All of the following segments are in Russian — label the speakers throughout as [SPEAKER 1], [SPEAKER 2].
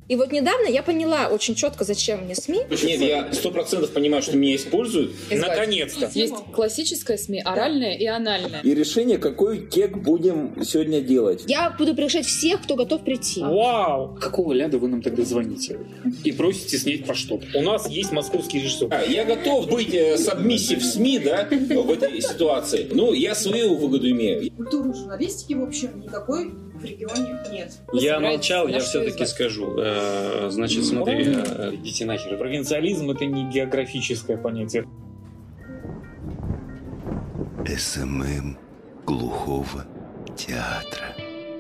[SPEAKER 1] И вот недавно я поняла очень четко, зачем мне СМИ.
[SPEAKER 2] Нет, я 100% понимаю, что меня используют.
[SPEAKER 3] Наконец-то.
[SPEAKER 4] Есть классическая СМИ, оральная и анальная.
[SPEAKER 5] И решение, какой кек будем сегодня делать.
[SPEAKER 1] Я буду приглашать всех, кто готов прийти.
[SPEAKER 3] Вау! Какого ляда вы нам тогда звоните? И просите снять по что? У нас есть московский режиссер.
[SPEAKER 2] Я готов быть сабмиссив СМИ, да, в этой ситуации. Ну, я свою выгоду имею.
[SPEAKER 6] Культуры журналистики, в общем, никакой в регионе нет.
[SPEAKER 4] Я
[SPEAKER 3] молчал, я
[SPEAKER 4] что
[SPEAKER 3] все-таки
[SPEAKER 4] искать?
[SPEAKER 3] скажу. Значит, смотри, идите нахер. Провинциализм — это не географическое понятие.
[SPEAKER 7] СММ глухого театра.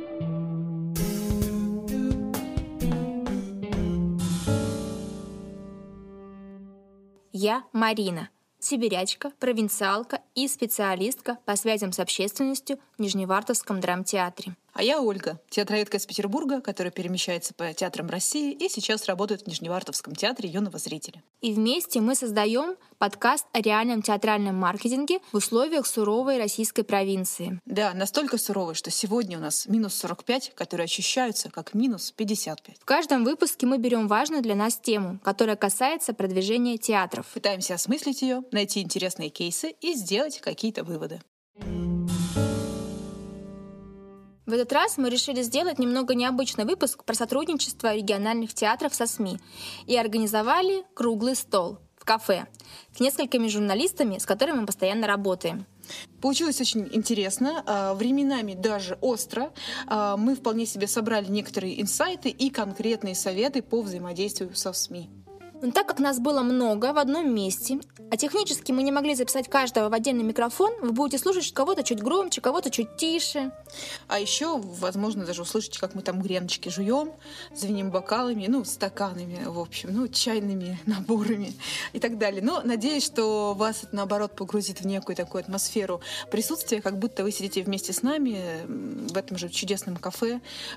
[SPEAKER 1] Я Марина, сибирячка, провинциалка и специалистка по связям с общественностью в Нижневартовском драмтеатре.
[SPEAKER 6] А я Ольга, театроведка из Петербурга, которая перемещается по театрам России и сейчас работает в Нижневартовском театре юного зрителя.
[SPEAKER 1] И вместе мы создаем подкаст о реальном театральном маркетинге в условиях суровой российской провинции.
[SPEAKER 6] Да, настолько суровый, что сегодня у нас минус 45, которые ощущаются как минус 55.
[SPEAKER 1] В каждом выпуске мы берем важную для нас тему, которая касается продвижения театров.
[SPEAKER 6] Пытаемся осмыслить ее, найти интересные кейсы и сделать какие-то выводы.
[SPEAKER 1] В этот раз мы решили сделать немного необычный выпуск про сотрудничество региональных театров со СМИ и организовали круглый стол в кафе с несколькими журналистами, с которыми мы постоянно работаем.
[SPEAKER 6] Получилось очень интересно, временами даже остро. Мы вполне себе собрали некоторые инсайты и конкретные советы по взаимодействию со СМИ.
[SPEAKER 1] Но так как нас было много в одном месте, а технически мы не могли записать каждого в отдельный микрофон, вы будете слушать кого-то чуть громче, кого-то чуть тише.
[SPEAKER 6] А еще, возможно, даже услышите, как мы там греночки жуем, звеним бокалами, стаканами, в общем, чайными наборами и так далее. Но надеюсь, что вас это, наоборот, погрузит в некую такую атмосферу присутствия, как будто вы сидите вместе с нами в этом же чудесном кафе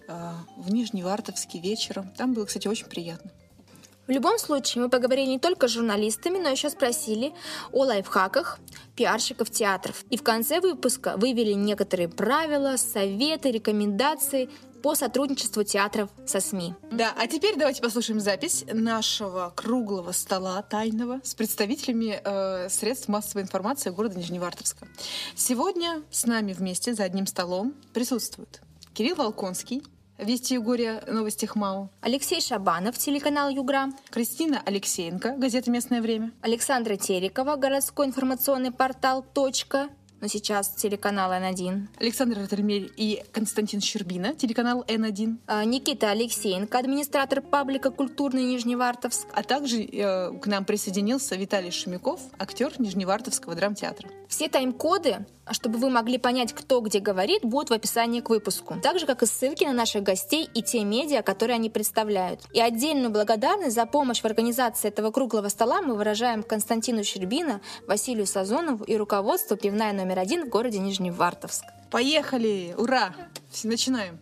[SPEAKER 6] в Нижневартовске вечером. Там было, кстати, очень приятно.
[SPEAKER 1] В любом случае, мы поговорили не только с журналистами, но еще спросили о лайфхаках пиарщиков театров. И в конце выпуска вывели некоторые правила, советы, рекомендации по сотрудничеству театров со СМИ.
[SPEAKER 6] Да, а теперь давайте послушаем запись нашего круглого стола тайного с представителями средств массовой информации города Нижневартовска. Сегодня с нами вместе за одним столом присутствуют Кирилл Волконский, Вести Югория, новости ХМАУ.
[SPEAKER 1] Алексей Шабанов, телеканал Югра.
[SPEAKER 6] Кристина Алексеенко, газета «Местное время».
[SPEAKER 1] Александра Терекова, городской информационный портал «Точка», но сейчас телеканал Н1.
[SPEAKER 6] Александр Ротельмель и Константин Щербина, телеканал Н1.
[SPEAKER 1] Никита Алексеенко, администратор паблика «Культурный Нижневартовск».
[SPEAKER 6] А также к нам присоединился Виталий Шумяков, актер Нижневартовского драмтеатра.
[SPEAKER 1] Все тайм-коды, чтобы вы могли понять, кто где говорит, будут в описании к выпуску. Так же, как и ссылки на наших гостей и те медиа, которые они представляют. И отдельную благодарность за помощь в организации этого круглого стола мы выражаем Константину Щербина, Василию Сазонову и руководству «Пивная номер 1» в городе Нижневартовск.
[SPEAKER 6] Поехали! Ура! Все, начинаем.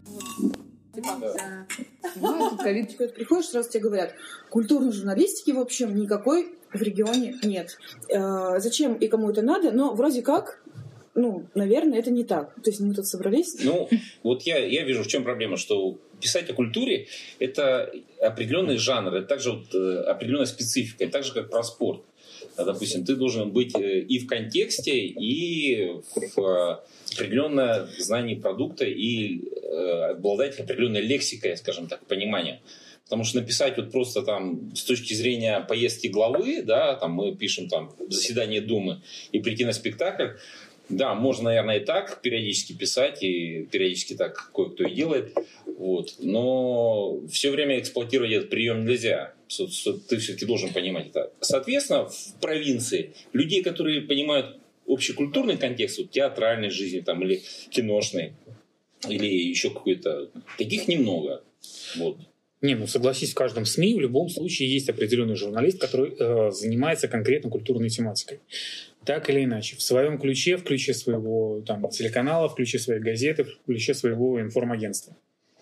[SPEAKER 8] Тут ковид, приходишь, сразу тебе говорят, культурной журналистики, в общем, никакой в регионе нет. Зачем и кому это надо? Но вроде как, наверное, это не так. То есть мы тут собрались.
[SPEAKER 2] Вот я вижу, в чем проблема, что писать о культуре — это определенный жанр, это также определенная специфика, так же, как про спорт. Допустим, ты должен быть и в контексте, и в определенном знании продукта, и обладать определенной лексикой, скажем так, пониманием. Потому что написать просто там с точки зрения поездки главы, да, там мы пишем там заседание Думы и прийти на спектакль, да, можно, наверное, и так периодически писать, и периодически так кое-кто и делает, но все время эксплуатировать этот прием нельзя. Ты все-таки должен понимать это. Соответственно, в провинции людей, которые понимают общекультурный контекст, театральной жизни там, или киношной, или еще какой-то, таких немного.
[SPEAKER 3] Согласись, в каждом СМИ в любом случае есть определенный журналист, который занимается конкретно культурной тематикой. Так или иначе, в своем ключе, в ключе своего телеканала, в ключе своей газеты, в ключе своего информагентства.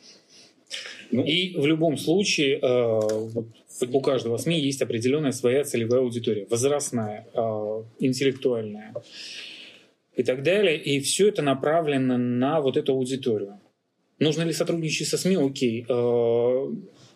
[SPEAKER 3] И в любом случае у каждого СМИ есть определенная своя целевая аудитория, возрастная, интеллектуальная и так далее. И все это направлено на эту аудиторию. Нужно ли сотрудничать со СМИ? Окей.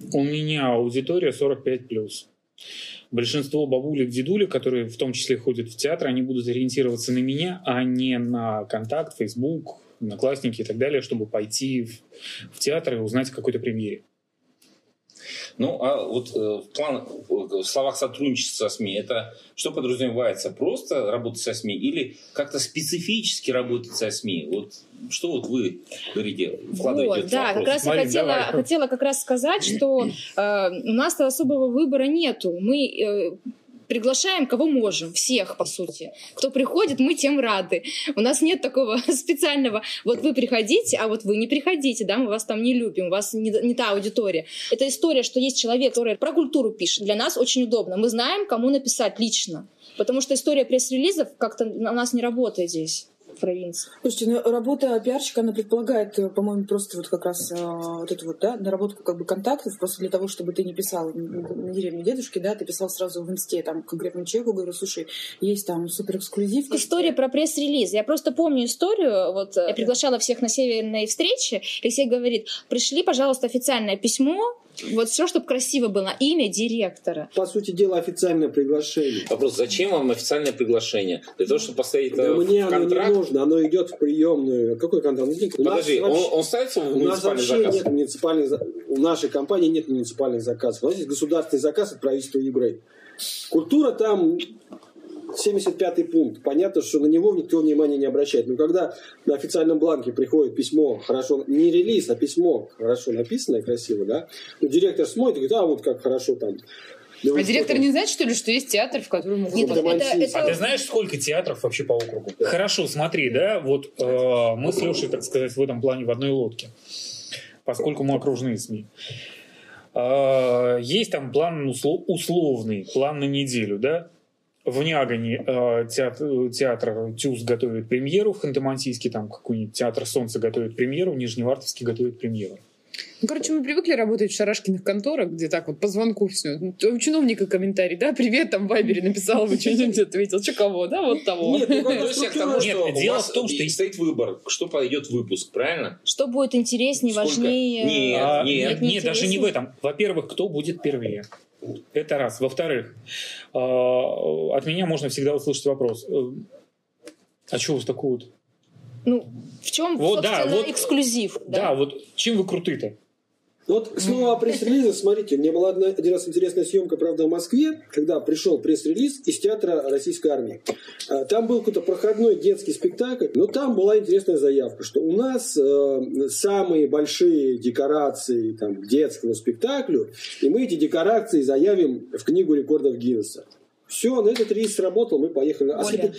[SPEAKER 3] У меня аудитория 45+. Большинство бабулек, дедулек, которые в том числе ходят в театр, они будут ориентироваться на меня, а не на контакт, Facebook, Одноклассники и так далее, чтобы пойти в театр и узнать о какой-то премьере.
[SPEAKER 2] Ну, а вот в словах сотрудничества со СМИ, это что подразумевается? Просто работать со СМИ или как-то специфически работать со СМИ? Вот что вот вы говорите, вкладываете в
[SPEAKER 1] да,
[SPEAKER 2] вопрос?
[SPEAKER 1] как раз
[SPEAKER 3] Марин,
[SPEAKER 1] я хотела как раз сказать, что у нас-то особого выбора нету. Мы приглашаем, кого можем, всех, по сути. Кто приходит, мы тем рады. У нас нет такого специального, вот вы приходите, а вот вы не приходите, да, мы вас там не любим, у вас не та аудитория. Это история, что есть человек, который про культуру пишет. Для нас очень удобно. Мы знаем, кому написать лично. Потому что история пресс-релизов как-то у нас не работает здесь, в провинции.
[SPEAKER 8] Слушайте, ну, работа пиарщика, она предполагает, по-моему, просто вот как раз вот эту вот, да, наработку как бы контактов, просто для того, чтобы ты не писал на деревне дедушки, да, ты писал сразу в инсте, там, конкретному человеку, говорю, слушай, есть там суперэксклюзив.
[SPEAKER 1] История про пресс-релиз. Я просто помню историю, вот я приглашала всех на северные встречи, Алексей говорит, пришли, пожалуйста, официальное письмо, вот все, чтобы красиво было, имя директора.
[SPEAKER 9] По сути дела, официальное приглашение.
[SPEAKER 2] Вопрос, зачем вам официальное приглашение? Для того, чтобы поставить
[SPEAKER 9] мне
[SPEAKER 2] в контракт?
[SPEAKER 9] Оно не нужно, оно идет в приемную. Какой контракт?
[SPEAKER 2] Подожди, он ставится в муниципальный заказ?
[SPEAKER 9] У нас вообще нет муниципальных, у нашей компании нет муниципальных заказов. У нас есть государственный заказ от правительства Югрей. Культура там 75-й пункт. Понятно, что на него никто внимания не обращает. Но когда на официальном бланке приходит письмо, хорошо, не релиз, а письмо хорошо написанное, красиво, да, ну, директор смотрит и говорит, а вот как хорошо там.
[SPEAKER 4] А директор не знает, что ли, что есть театр, в котором могут...
[SPEAKER 3] А ты знаешь, сколько театров вообще по округу? Да. Хорошо, смотри, да, вот мы с Лешей, так сказать, в этом плане в одной лодке, поскольку мы окружные СМИ. Есть там план условный, план на неделю, да? В Нягане театр ТЮЗ готовит премьеру, в Ханты-Мансийске там какой-нибудь театр Солнца готовит премьеру, в Нижневартовске готовит премьеру.
[SPEAKER 4] Ну, короче, мы привыкли работать в шарашкиных конторах, где так вот по звонку все. У чиновника комментарий, да, привет, там в Вайбере написал, вы что-нибудь ответил, что кого, да, вот того.
[SPEAKER 2] Нет, дело
[SPEAKER 3] в том, что
[SPEAKER 2] стоит выбор, что пойдет в выпуск, правильно?
[SPEAKER 1] Что будет интереснее, важнее?
[SPEAKER 2] Нет,
[SPEAKER 3] даже не в этом. Во-первых, кто будет первее? Это раз. Во-вторых, от меня можно всегда услышать вопрос. А что у вас такого-то?
[SPEAKER 1] Ну, в чем,
[SPEAKER 3] вот,
[SPEAKER 1] собственно,
[SPEAKER 3] да, вот,
[SPEAKER 1] эксклюзив?
[SPEAKER 3] Да, вот чем вы круты-то?
[SPEAKER 9] Вот снова о пресс-релизе. Смотрите, у меня была один раз интересная съемка, правда, в Москве, когда пришел пресс-релиз из театра Российской армии. Там был какой-то проходной детский спектакль, но там была интересная заявка, что у нас самые большие декорации там, к детскому спектаклю, и мы эти декорации заявим в книгу рекордов Гиннесса. Все, на этот рейс сработал, мы поехали.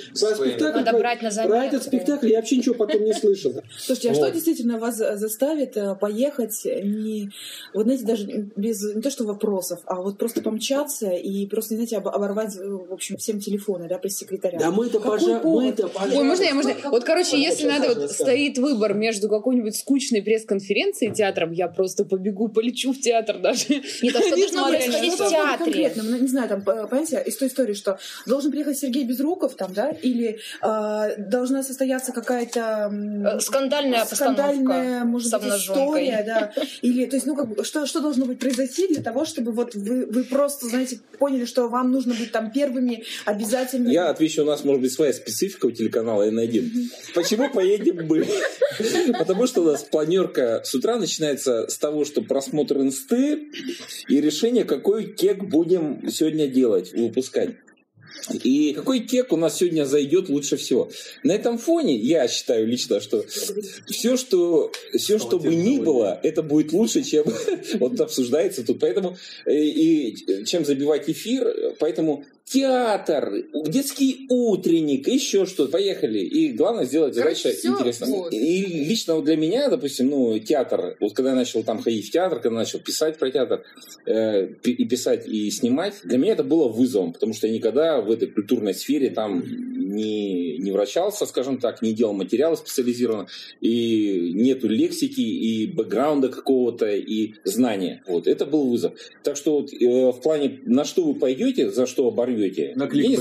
[SPEAKER 9] Про этот спектакль я вообще ничего потом не слышал.
[SPEAKER 8] Слушайте, а что действительно вас заставит поехать, не, вот знаете, даже без не то что вопросов, а вот просто помчаться и просто, знаете, оборвать, в общем, всем телефоны, да, пресс-секретаря?
[SPEAKER 9] Да мы-то пожалуйста.
[SPEAKER 4] Ой, можно? Вот, короче, если надо, вот стоит выбор между какой-нибудь скучной пресс-конференцией и театром, я просто побегу, полечу в театр даже.
[SPEAKER 1] Нет, а что должно происходить в театре?
[SPEAKER 8] Конкретно, не знаю, там, понимаете, из той истории, что должен приехать Сергей Безруков, там, да, или должна состояться какая-то
[SPEAKER 1] скандальная постановка,
[SPEAKER 8] может быть, история, да, или, то есть, ну, как бы, что должно быть произойти для того, чтобы вот вы просто, знаете, поняли, что вам нужно быть там первыми обязательно.
[SPEAKER 2] Я отвечу, у нас может быть своя специфика у телеканала N1. Почему поедем мы? Потому что у нас планерка с утра начинается с того, что просмотр инсты и решение, какой кек будем сегодня делать, выпускать. И какой кек у нас сегодня зайдет лучше всего. На этом фоне я считаю лично, что все, что бы ни было, это будет лучше, чем вот обсуждается тут. Поэтому и чем забивать эфир, поэтому театр, детский утренник, еще что-то. Поехали. И главное сделать задачу интересно. Вот. И лично вот для меня, допустим, ну, театр, вот когда я начал там ходить в театр, когда начал писать про театр, и писать, и снимать, для меня это было вызовом, потому что я никогда в этой культурной сфере там не вращался, скажем так, не делал материалы специализированно, и нету лексики, и бэкграунда какого-то, и знания. Вот. Это был вызов. Так что вот в плане, на что вы пойдете, за что оборвете,
[SPEAKER 9] на кликбейт.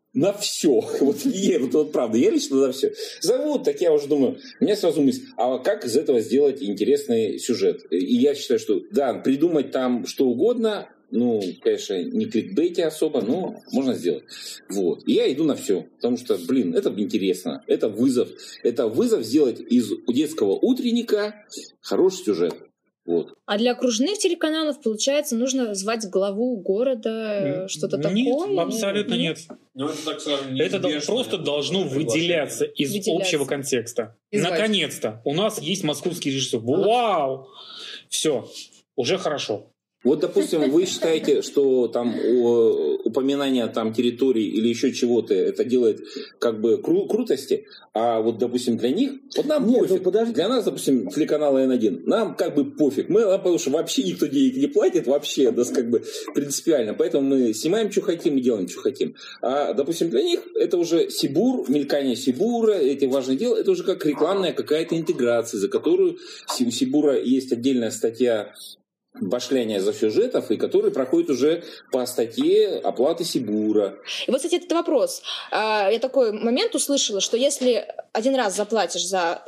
[SPEAKER 2] на все. Вот правда, я лично на все. Зовут, так я уже думаю, у меня сразу мысль, а как из этого сделать интересный сюжет? И я считаю, что да, придумать там что угодно, ну, конечно, не кликбейте особо, но можно сделать. Вот. И я иду на все, потому что, это интересно, это вызов. Это вызов сделать из детского утренника хороший сюжет. Вот.
[SPEAKER 1] А для окружных телеканалов, получается, нужно звать главу города, что-то такое?
[SPEAKER 3] Нет, абсолютно нет.
[SPEAKER 10] Ну, это, так скажем,
[SPEAKER 3] это просто должно выделяться из общего контекста. Наконец-то у нас есть московский режиссер. Вау! Все, уже хорошо.
[SPEAKER 2] Вот, допустим, вы считаете, что там упоминание там территории или еще чего-то это делает как бы крутости, а вот, допустим, для них, вот нам пофиг. Для нас, допустим, телеканал N1, нам как бы пофиг. Потому что вообще никто денег не платит, вообще, да, как бы принципиально. Поэтому мы снимаем, что хотим, и делаем, что хотим. А, допустим, для них это уже Сибур, мелькание Сибура, эти важные дела, это уже как рекламная какая-то интеграция, за которую у Сибура есть отдельная статья башляния за сюжетов, и который проходит уже по статье оплаты Сибура.
[SPEAKER 1] И вот, кстати, этот вопрос. Я такой момент услышала, что если один раз заплатишь за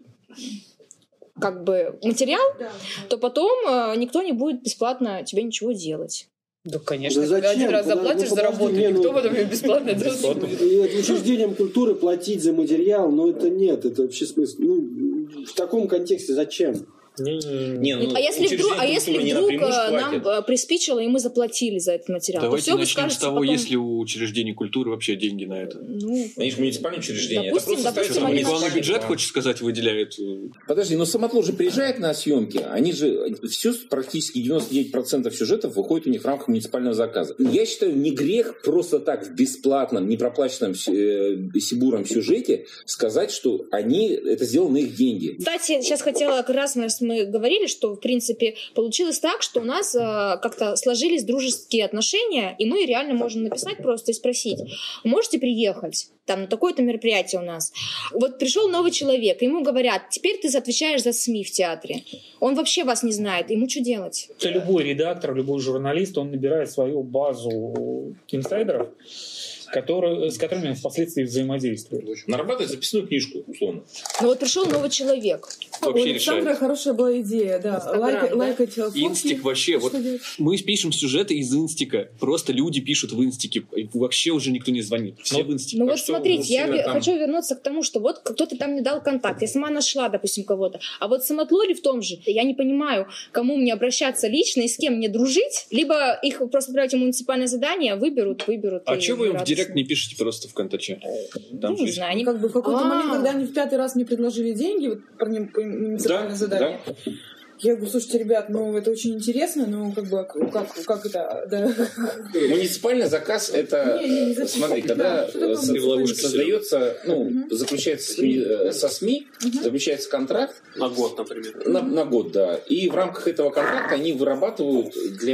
[SPEAKER 1] как бы материал, то потом никто не будет бесплатно тебе ничего делать.
[SPEAKER 4] Да, конечно, когда один раз заплатишь за работу, никто потом ее бесплатно делать не будет.
[SPEAKER 9] Учреждениям культуры платить за материал, это нет, это вообще смысл. В таком контексте зачем?
[SPEAKER 1] А если вдруг нам приспичило, и мы заплатили за этот материал,
[SPEAKER 10] давайте начнем с того, есть ли у учреждений культуры вообще деньги на это.
[SPEAKER 2] Они же муниципальные учреждения.
[SPEAKER 1] Допустим,
[SPEAKER 10] муниципальный бюджет, хочешь сказать, выделяет.
[SPEAKER 2] Подожди, но Самотлор же приезжает на съемки, они же все, практически 99% сюжетов выходит у них в рамках муниципального заказа. Я считаю, не грех просто так в бесплатном, непроплаченном Сибуром сюжете сказать, что это сделано на их деньги.
[SPEAKER 1] Кстати, сейчас хотела как раз мы говорили, что, в принципе, получилось так, что у нас как-то сложились дружеские отношения, и мы реально можем написать просто и спросить, можете приехать? Там, на такое-то мероприятие у нас. Вот пришел новый человек, ему говорят, теперь ты отвечаешь за СМИ в театре. Он вообще вас не знает, ему что делать?
[SPEAKER 3] Любой редактор, любой журналист, он набирает свою базу инсайдеров, с которыми он впоследствии взаимодействует.
[SPEAKER 2] Нарабатывает записную книжку, условно.
[SPEAKER 1] Ну вот пришел новый человек.
[SPEAKER 8] У Александра хорошая была идея, да. Лайкать фотки.
[SPEAKER 10] Инстик вообще. Вот мы пишем сюжеты из Инстика. Просто люди пишут в Инстике. Вообще уже никто не звонит. Все в Инстике.
[SPEAKER 1] Ну вот смотрите, я хочу вернуться к тому, что вот кто-то там мне дал контакт. Я сама нашла, допустим, кого-то. А вот в Самотлоре в том же, я не понимаю, кому мне обращаться лично и с кем мне дружить. Либо их просто отправить в муниципальное задание, выберут.
[SPEAKER 10] А что вы им в директ не пишете просто в ВКонтаче?
[SPEAKER 1] Не знаю.
[SPEAKER 8] Они как бы в какой-то момент, когда они в 5-й раз мне предложили деньги, вот по муниципальное задание. Я говорю, слушайте, ребят, это очень интересно, но как бы как это... Да.
[SPEAKER 2] Муниципальный заказ это... Смотри, когда создается, заключается со СМИ, заключается контракт.
[SPEAKER 10] На год, например.
[SPEAKER 2] На год, да. И в рамках этого контракта они вырабатывают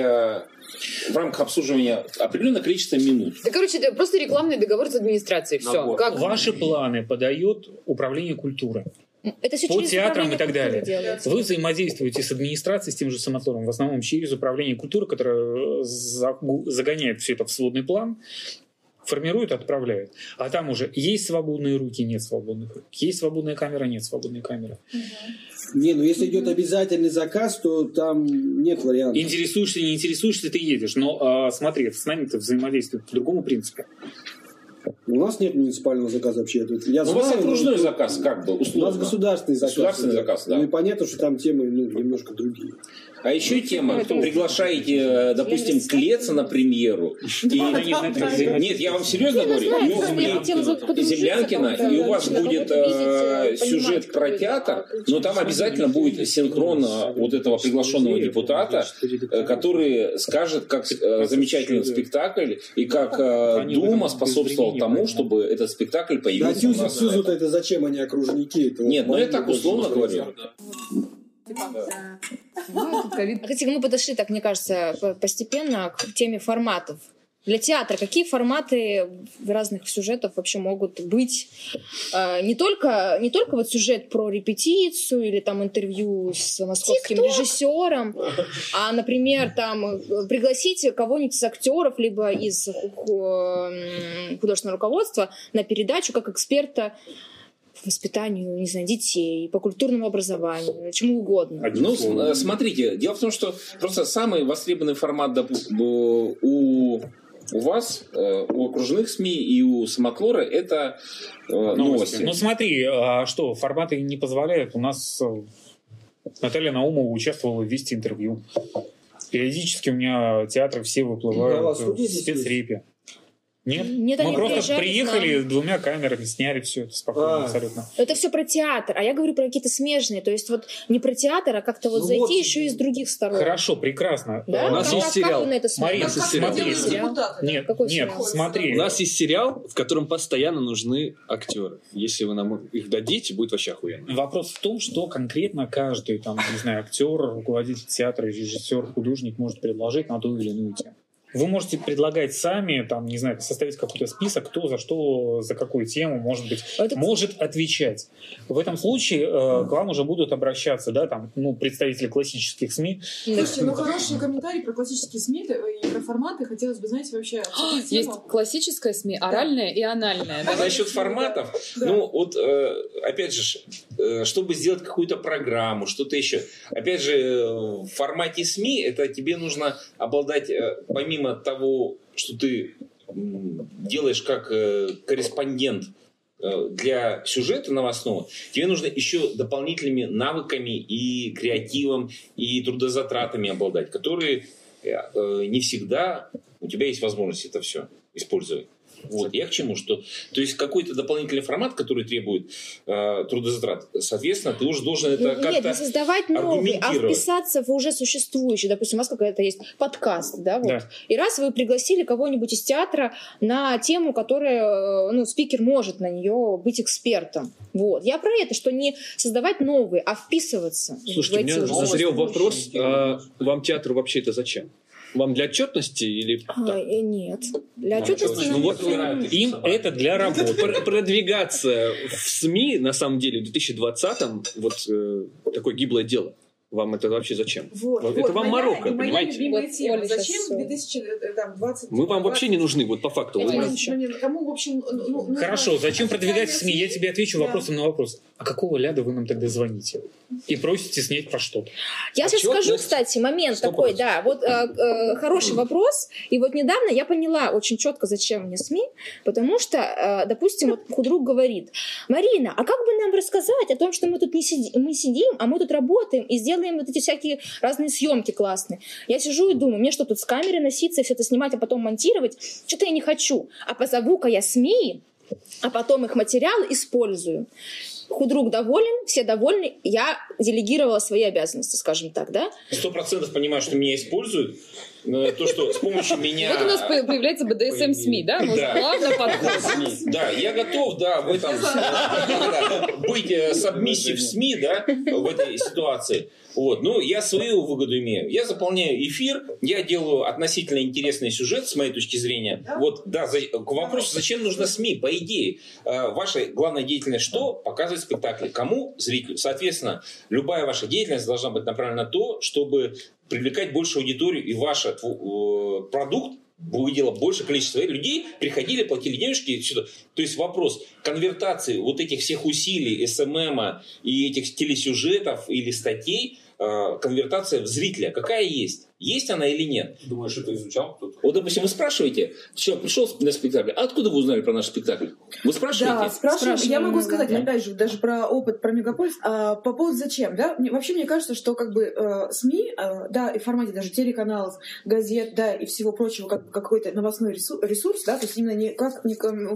[SPEAKER 2] в рамках обслуживания определенное количество минут.
[SPEAKER 4] Да, это просто рекламный договор с администрацией. Все.
[SPEAKER 3] Ваши планы подает Управление культуры.
[SPEAKER 1] Это все
[SPEAKER 3] по театрам и так далее.
[SPEAKER 1] Делается.
[SPEAKER 3] Вы взаимодействуете с администрацией, с тем же Самотлором, в основном через Управление культуры, которое загоняет все это в сводный план, формирует, отправляет. А там уже есть свободные руки, нет свободных рук. Есть свободная камера, нет свободной камеры.
[SPEAKER 9] Если идет обязательный заказ, то там нет вариантов.
[SPEAKER 3] Интересуешься, не интересуешься, ты едешь. Но смотри, с нами-то взаимодействует по другому принципу.
[SPEAKER 9] У нас нет муниципального заказа вообще.
[SPEAKER 2] У вас окружной заказ, как бы, условно.
[SPEAKER 9] У нас государственный заказ.
[SPEAKER 2] Государственный заказ, да.
[SPEAKER 9] И понятно, что там темы немножко другие.
[SPEAKER 2] А еще тема, приглашаете, допустим, Клеца на премьеру. Нет, я вам серьезно говорю, Землянкина, и у вас будет сюжет про театр, но там обязательно будет синхрон вот этого приглашенного депутата, который скажет, как замечательный спектакль и как Дума способствовал тому, чтобы этот спектакль появился у нас.
[SPEAKER 9] Сузу-то это зачем они окружники?
[SPEAKER 2] Нет, я так условно говорю.
[SPEAKER 1] Хотя мы подошли, так мне кажется, постепенно к теме форматов. Для театра какие форматы разных сюжетов вообще могут быть? Не только вот сюжет про репетицию или там интервью с московским режиссером, а, например, там пригласить кого-нибудь из актеров либо из художественного руководства на передачу как эксперта по воспитанию, не знаю, детей, по культурному образованию, чему угодно.
[SPEAKER 2] Ну, смотрите, дело в том, что просто самый востребованный формат у вас, у окружных СМИ и у Самотлора это новости.
[SPEAKER 3] Ну смотри, а что, форматы не позволяют? У нас Наталья Наумова участвовала в «Вести» интервью. Периодически у меня театры все выплывают в спецрепе. Нет, мы просто приехали с 2 камерами, сняли все это спокойно абсолютно.
[SPEAKER 1] Это все про театр, а я говорю про какие-то смежные, то есть вот не про театр, а как-то вот зайти еще и с других сторон.
[SPEAKER 3] Хорошо, прекрасно.
[SPEAKER 10] Да? У нас есть сериал.
[SPEAKER 1] Как вы на это смотрите?
[SPEAKER 3] Мария, смотри. Нет, смотри.
[SPEAKER 10] У нас есть сериал, в котором постоянно нужны актеры. Если вы нам их дадите, будет вообще охуенно.
[SPEAKER 3] Вопрос в том, что конкретно каждый, там, не знаю, актер, руководитель театра, режиссер, художник может предложить на ту или иную тему. Вы можете предлагать сами, там, не знаю, составить какой-то список, кто за что, за какую тему, может быть, может отвечать. В этом случае к вам уже будут обращаться, да, там, представители классических СМИ.
[SPEAKER 8] Слушайте, хороший комментарий про классические СМИ и про форматы. Хотелось бы, знаете, вообще...
[SPEAKER 4] Есть классическая СМИ, оральная и анальная.
[SPEAKER 2] Насчет форматов, опять же, чтобы сделать какую-то программу, что-то еще. Опять же, в формате СМИ это тебе нужно обладать, помимо того, что ты делаешь как корреспондент для сюжета новостного, тебе нужно еще дополнительными навыками и креативом, и трудозатратами обладать, которые не всегда у тебя есть возможность это все использовать. Вот, я к чему, что... То есть какой-то дополнительный формат, который требует трудозатрат, соответственно, ты уже должен это как-то
[SPEAKER 1] Нет, не создавать новый, а вписаться в уже существующий. Допустим, у вас какая-то есть подкаст, да, вот. Да. И раз вы пригласили кого-нибудь из театра на тему, которая, спикер может на нее быть экспертом. Вот. Я про это, что не создавать новые, а вписываться.
[SPEAKER 10] Слушайте, у меня назрел вопрос, вам театр вообще это зачем? Вам для отчетности или...
[SPEAKER 1] Нет. Для отчетности...
[SPEAKER 3] Им это для работы.
[SPEAKER 10] Продвигаться в СМИ, на самом деле, в 2020-м такое гиблое дело. Вам это вообще зачем? Это вам Марокко, понимаете?
[SPEAKER 8] Любимая тема. Зачем в 2020?
[SPEAKER 10] Мы вам вообще не нужны, по факту.
[SPEAKER 8] Кому, в общем...
[SPEAKER 3] Хорошо, зачем продвигать в СМИ? Я тебе отвечу вопросом на вопрос. А какого ляда вы нам тогда звоните? И просите снять про что-то?
[SPEAKER 1] Я сейчас скажу, кстати, момент такой, да. Вот хороший вопрос. И вот недавно я поняла очень четко, зачем мне СМИ. Потому что, допустим, худрук говорит: Марина, а как бы нам рассказать о том, что мы тут не сидим, мы сидим, а мы тут работаем и сделаем вот эти всякие разные съемки классные. Я сижу и думаю, мне что, тут с камерой носиться и все это снимать, а потом монтировать? Что-то я не хочу. А позову-ка я СМИ, а потом их материал использую. Худрук доволен, все довольны. Я делегировала свои обязанности, скажем так, да?
[SPEAKER 2] 100% понимаю, что меня используют. То, что с помощью меня...
[SPEAKER 4] Вот у нас появляется БДСМ СМИ, да? Может, плавно подходит.
[SPEAKER 2] Да, я готов, да, в этом быть сабмиссив СМИ, да, в этой ситуации. Вот. Ну, я свою выгоду имею. Я заполняю эфир, я делаю относительно интересный сюжет, с моей точки зрения. Вот, да, к вопросу, зачем нужно СМИ? По идее, ваша главная деятельность что? Показывать спектакли. Кому? Зрителю. Соответственно, любая ваша деятельность должна быть направлена на то, чтобы привлекать большую аудиторию, и ваш продукт увидела большее количество людей, приходили, платили денежки сюда. То есть вопрос конвертации вот этих всех усилий СММа и этих телесюжетов или статей, конвертация в зрителя, какая есть? Есть она или нет?
[SPEAKER 10] Думаешь, это изучал кто-то?
[SPEAKER 2] Вот, допустим, вы спрашиваете, человек пришел на спектакль, а откуда вы узнали про наш спектакль? Вы спрашиваете?
[SPEAKER 8] Да, спрашиваю. Я могу сказать, опять же, даже про опыт, про Мегаполис, по поводу зачем, да? Вообще, мне кажется, что как бы СМИ, да, и в формате даже телеканалов, газет, да, и всего прочего, как какой-то новостной ресурс, да, то есть именно не как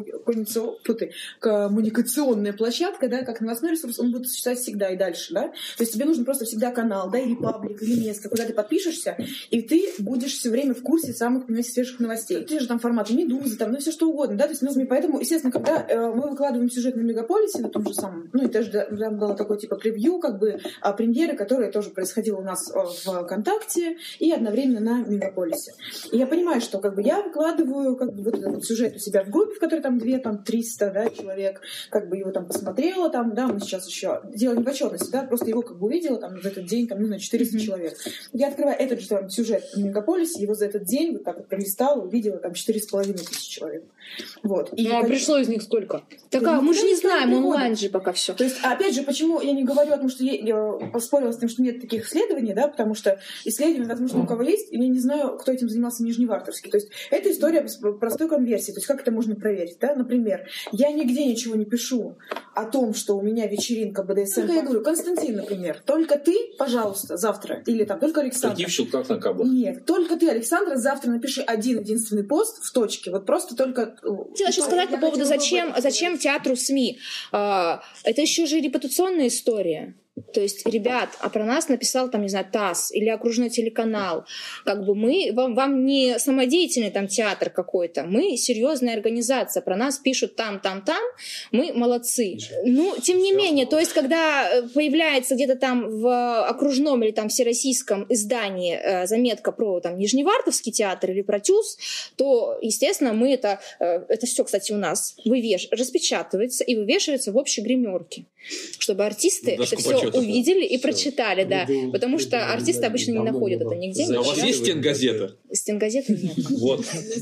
[SPEAKER 8] коммуникационная площадка, да, как новостной ресурс, он будет существовать всегда и дальше, да? То есть тебе нужен просто всегда канал, да, или паблик, или место, куда ты подпишешься, и ты будешь все время в курсе самых, понимаете, свежих новостей. Те же там форматы «Медузы», там, ну, все что угодно, да, то есть, ну, поэтому, естественно, когда мы выкладываем сюжет на Мегаполисе, на том же самом, ну, и тоже там было такое, типа, превью, как бы, премьеры, которая тоже происходила у нас в ВКонтакте и одновременно на Мегаполисе. И я понимаю, что, как бы, я выкладываю, как бы, вот этот вот сюжет у себя в группе, в которой там 300, да, человек, как бы, его там посмотрела, там, да, мы сейчас еще дело не в отчетности, да, просто его, как бы, увидела, там, за этот день, там, ну, 400 человек. Я открываю этот же там сюжет в Мегаполисе, его за этот день вот так вот пролистала, увидела там 4,5 человек. Вот. И,
[SPEAKER 4] а пришло из них сколько?
[SPEAKER 1] Так, мы же не знаем, онлайн же пока все.
[SPEAKER 8] То есть, опять же, почему я не говорю о том, что я поспорила с тем, что нет таких исследований, да, потому что исследования, возможно, у кого есть, и я не знаю, кто этим занимался нижневартовский. То есть, это история простой конверсии. То есть, как это можно проверить, да? Например, я нигде ничего не пишу о том, что у меня вечеринка БДСМ. Я говорю, Константин, например, только ты, пожалуйста, завтра, или там только Александр.
[SPEAKER 2] Такие в щелках на каблах.
[SPEAKER 8] Нет, только ты, Александр, завтра напиши один-единственный пост в точке. Вот просто только...
[SPEAKER 1] Хотела еще сказать по поводу, зачем театру СМИ. Это еще же репутационная история. То есть, ребят, а про нас написал, там, не знаю, ТАСС или окружной телеканал. Как бы мы, вам не самодеятельный там театр какой-то, мы серьезная организация. Про нас пишут там, мы молодцы. Ну, тем не менее, то есть, когда появляется где-то там в окружном или там всероссийском издании заметка про там Нижневартовский театр или про ТЮЗ, то, естественно, мы это все, кстати, у нас распечатывается и вывешивается в общей гримерке, чтобы артисты это все увидели и прочитали, да. Потому что артисты обычно не находят это нигде.
[SPEAKER 10] А у вас есть стенгазета?
[SPEAKER 1] Стенгазеты нет.
[SPEAKER 2] Вот.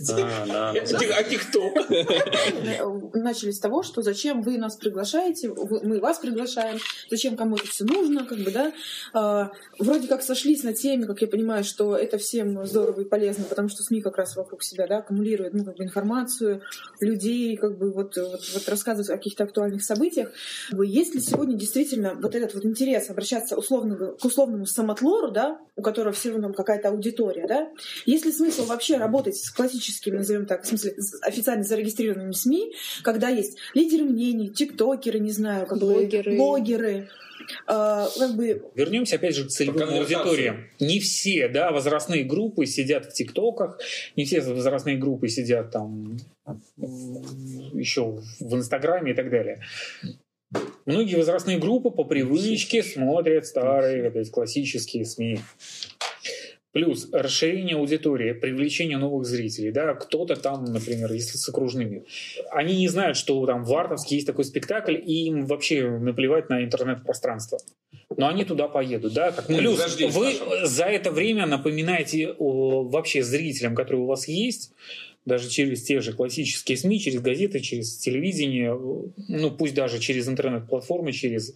[SPEAKER 10] А ТикТок?
[SPEAKER 8] Начали с того, что зачем вы нас приглашаете, мы вас приглашаем, зачем кому это все нужно, как бы, да. Вроде как сошлись на теме, как я понимаю, что это всем здорово и полезно, потому что СМИ как раз вокруг себя, да, аккумулируют, ну, как бы, информацию людей, как бы, вот рассказывают о каких-то актуальных событиях. Есть ли сегодня действительно вот этот вот интерес обращаться к условному самотлору, да, у которого все равно какая-то аудитория, да? Есть ли смысл вообще работать с классическими, назовем так, в смысле, официально зарегистрированными СМИ, когда есть лидеры мнений, тиктокеры, не знаю, как блогеры, как бы...
[SPEAKER 3] Вернемся опять же к целевым аудиториям. Не все, да, возрастные группы сидят в ТикТоках, не все возрастные группы сидят там еще в Инстаграме и так далее. Многие возрастные группы по привычке смотрят старые, опять классические СМИ. Плюс расширение аудитории, привлечение новых зрителей. Да? Кто-то там, например, если с окружными, они не знают, что там в Вартовске есть такой спектакль, и им вообще наплевать на интернет-пространство. Но они туда поедут. Да? Плюс вы за это время напоминаете вообще зрителям, которые у вас есть, даже через те же классические СМИ, через газеты, через телевидение, ну пусть даже через интернет-платформы, через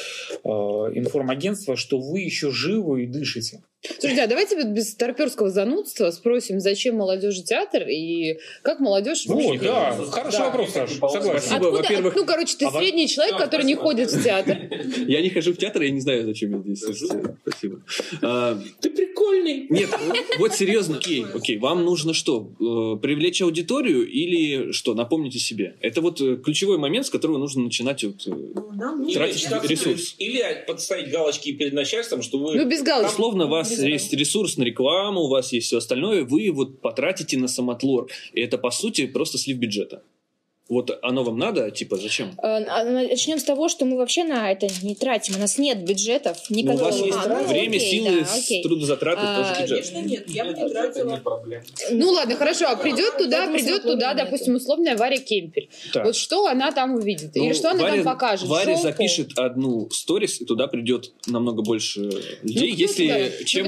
[SPEAKER 3] информагентство, что вы еще живы и дышите.
[SPEAKER 4] Слушайте, а давайте без старперского занудства спросим, зачем молодежи театр и как молодежь...
[SPEAKER 3] Вот, да, хороший вопрос, Саша, согласен.
[SPEAKER 10] Спасибо, во-первых...
[SPEAKER 4] Ну, короче, ты средний человек, который не ходит в театр.
[SPEAKER 10] Я не хожу в театр, я не знаю, зачем я здесь. Спасибо.
[SPEAKER 2] Ты прикольный.
[SPEAKER 10] Нет, вот серьезно. Окей, вам нужно что? Привлечь аудиторию или что? Напомните себе. Это вот ключевой момент, с которого нужно начинать тратить ресурс.
[SPEAKER 2] Или подставить галочки перед начальством, что вы...
[SPEAKER 4] Ну, без галочки.
[SPEAKER 10] Условно, у вас есть ресурс на рекламу, у вас есть все остальное, вы вот потратите на самотлор. И это, по сути, просто слив бюджета. Вот оно вам надо? Типа, зачем?
[SPEAKER 1] Начнем с того, что мы вообще на это не тратим. У нас нет бюджетов никакого.
[SPEAKER 10] У вас есть время, силы, трудозатраты, тоже бюджет.
[SPEAKER 8] Конечно, нет. Я бы не тратила.
[SPEAKER 4] Ну ладно, хорошо. А придет туда, допустим, условная Варя Кемпель.
[SPEAKER 10] Так.
[SPEAKER 4] Вот что она там увидит? Или что она там покажет?
[SPEAKER 10] Варя запишет одну сторис, и туда придет намного больше людей, чем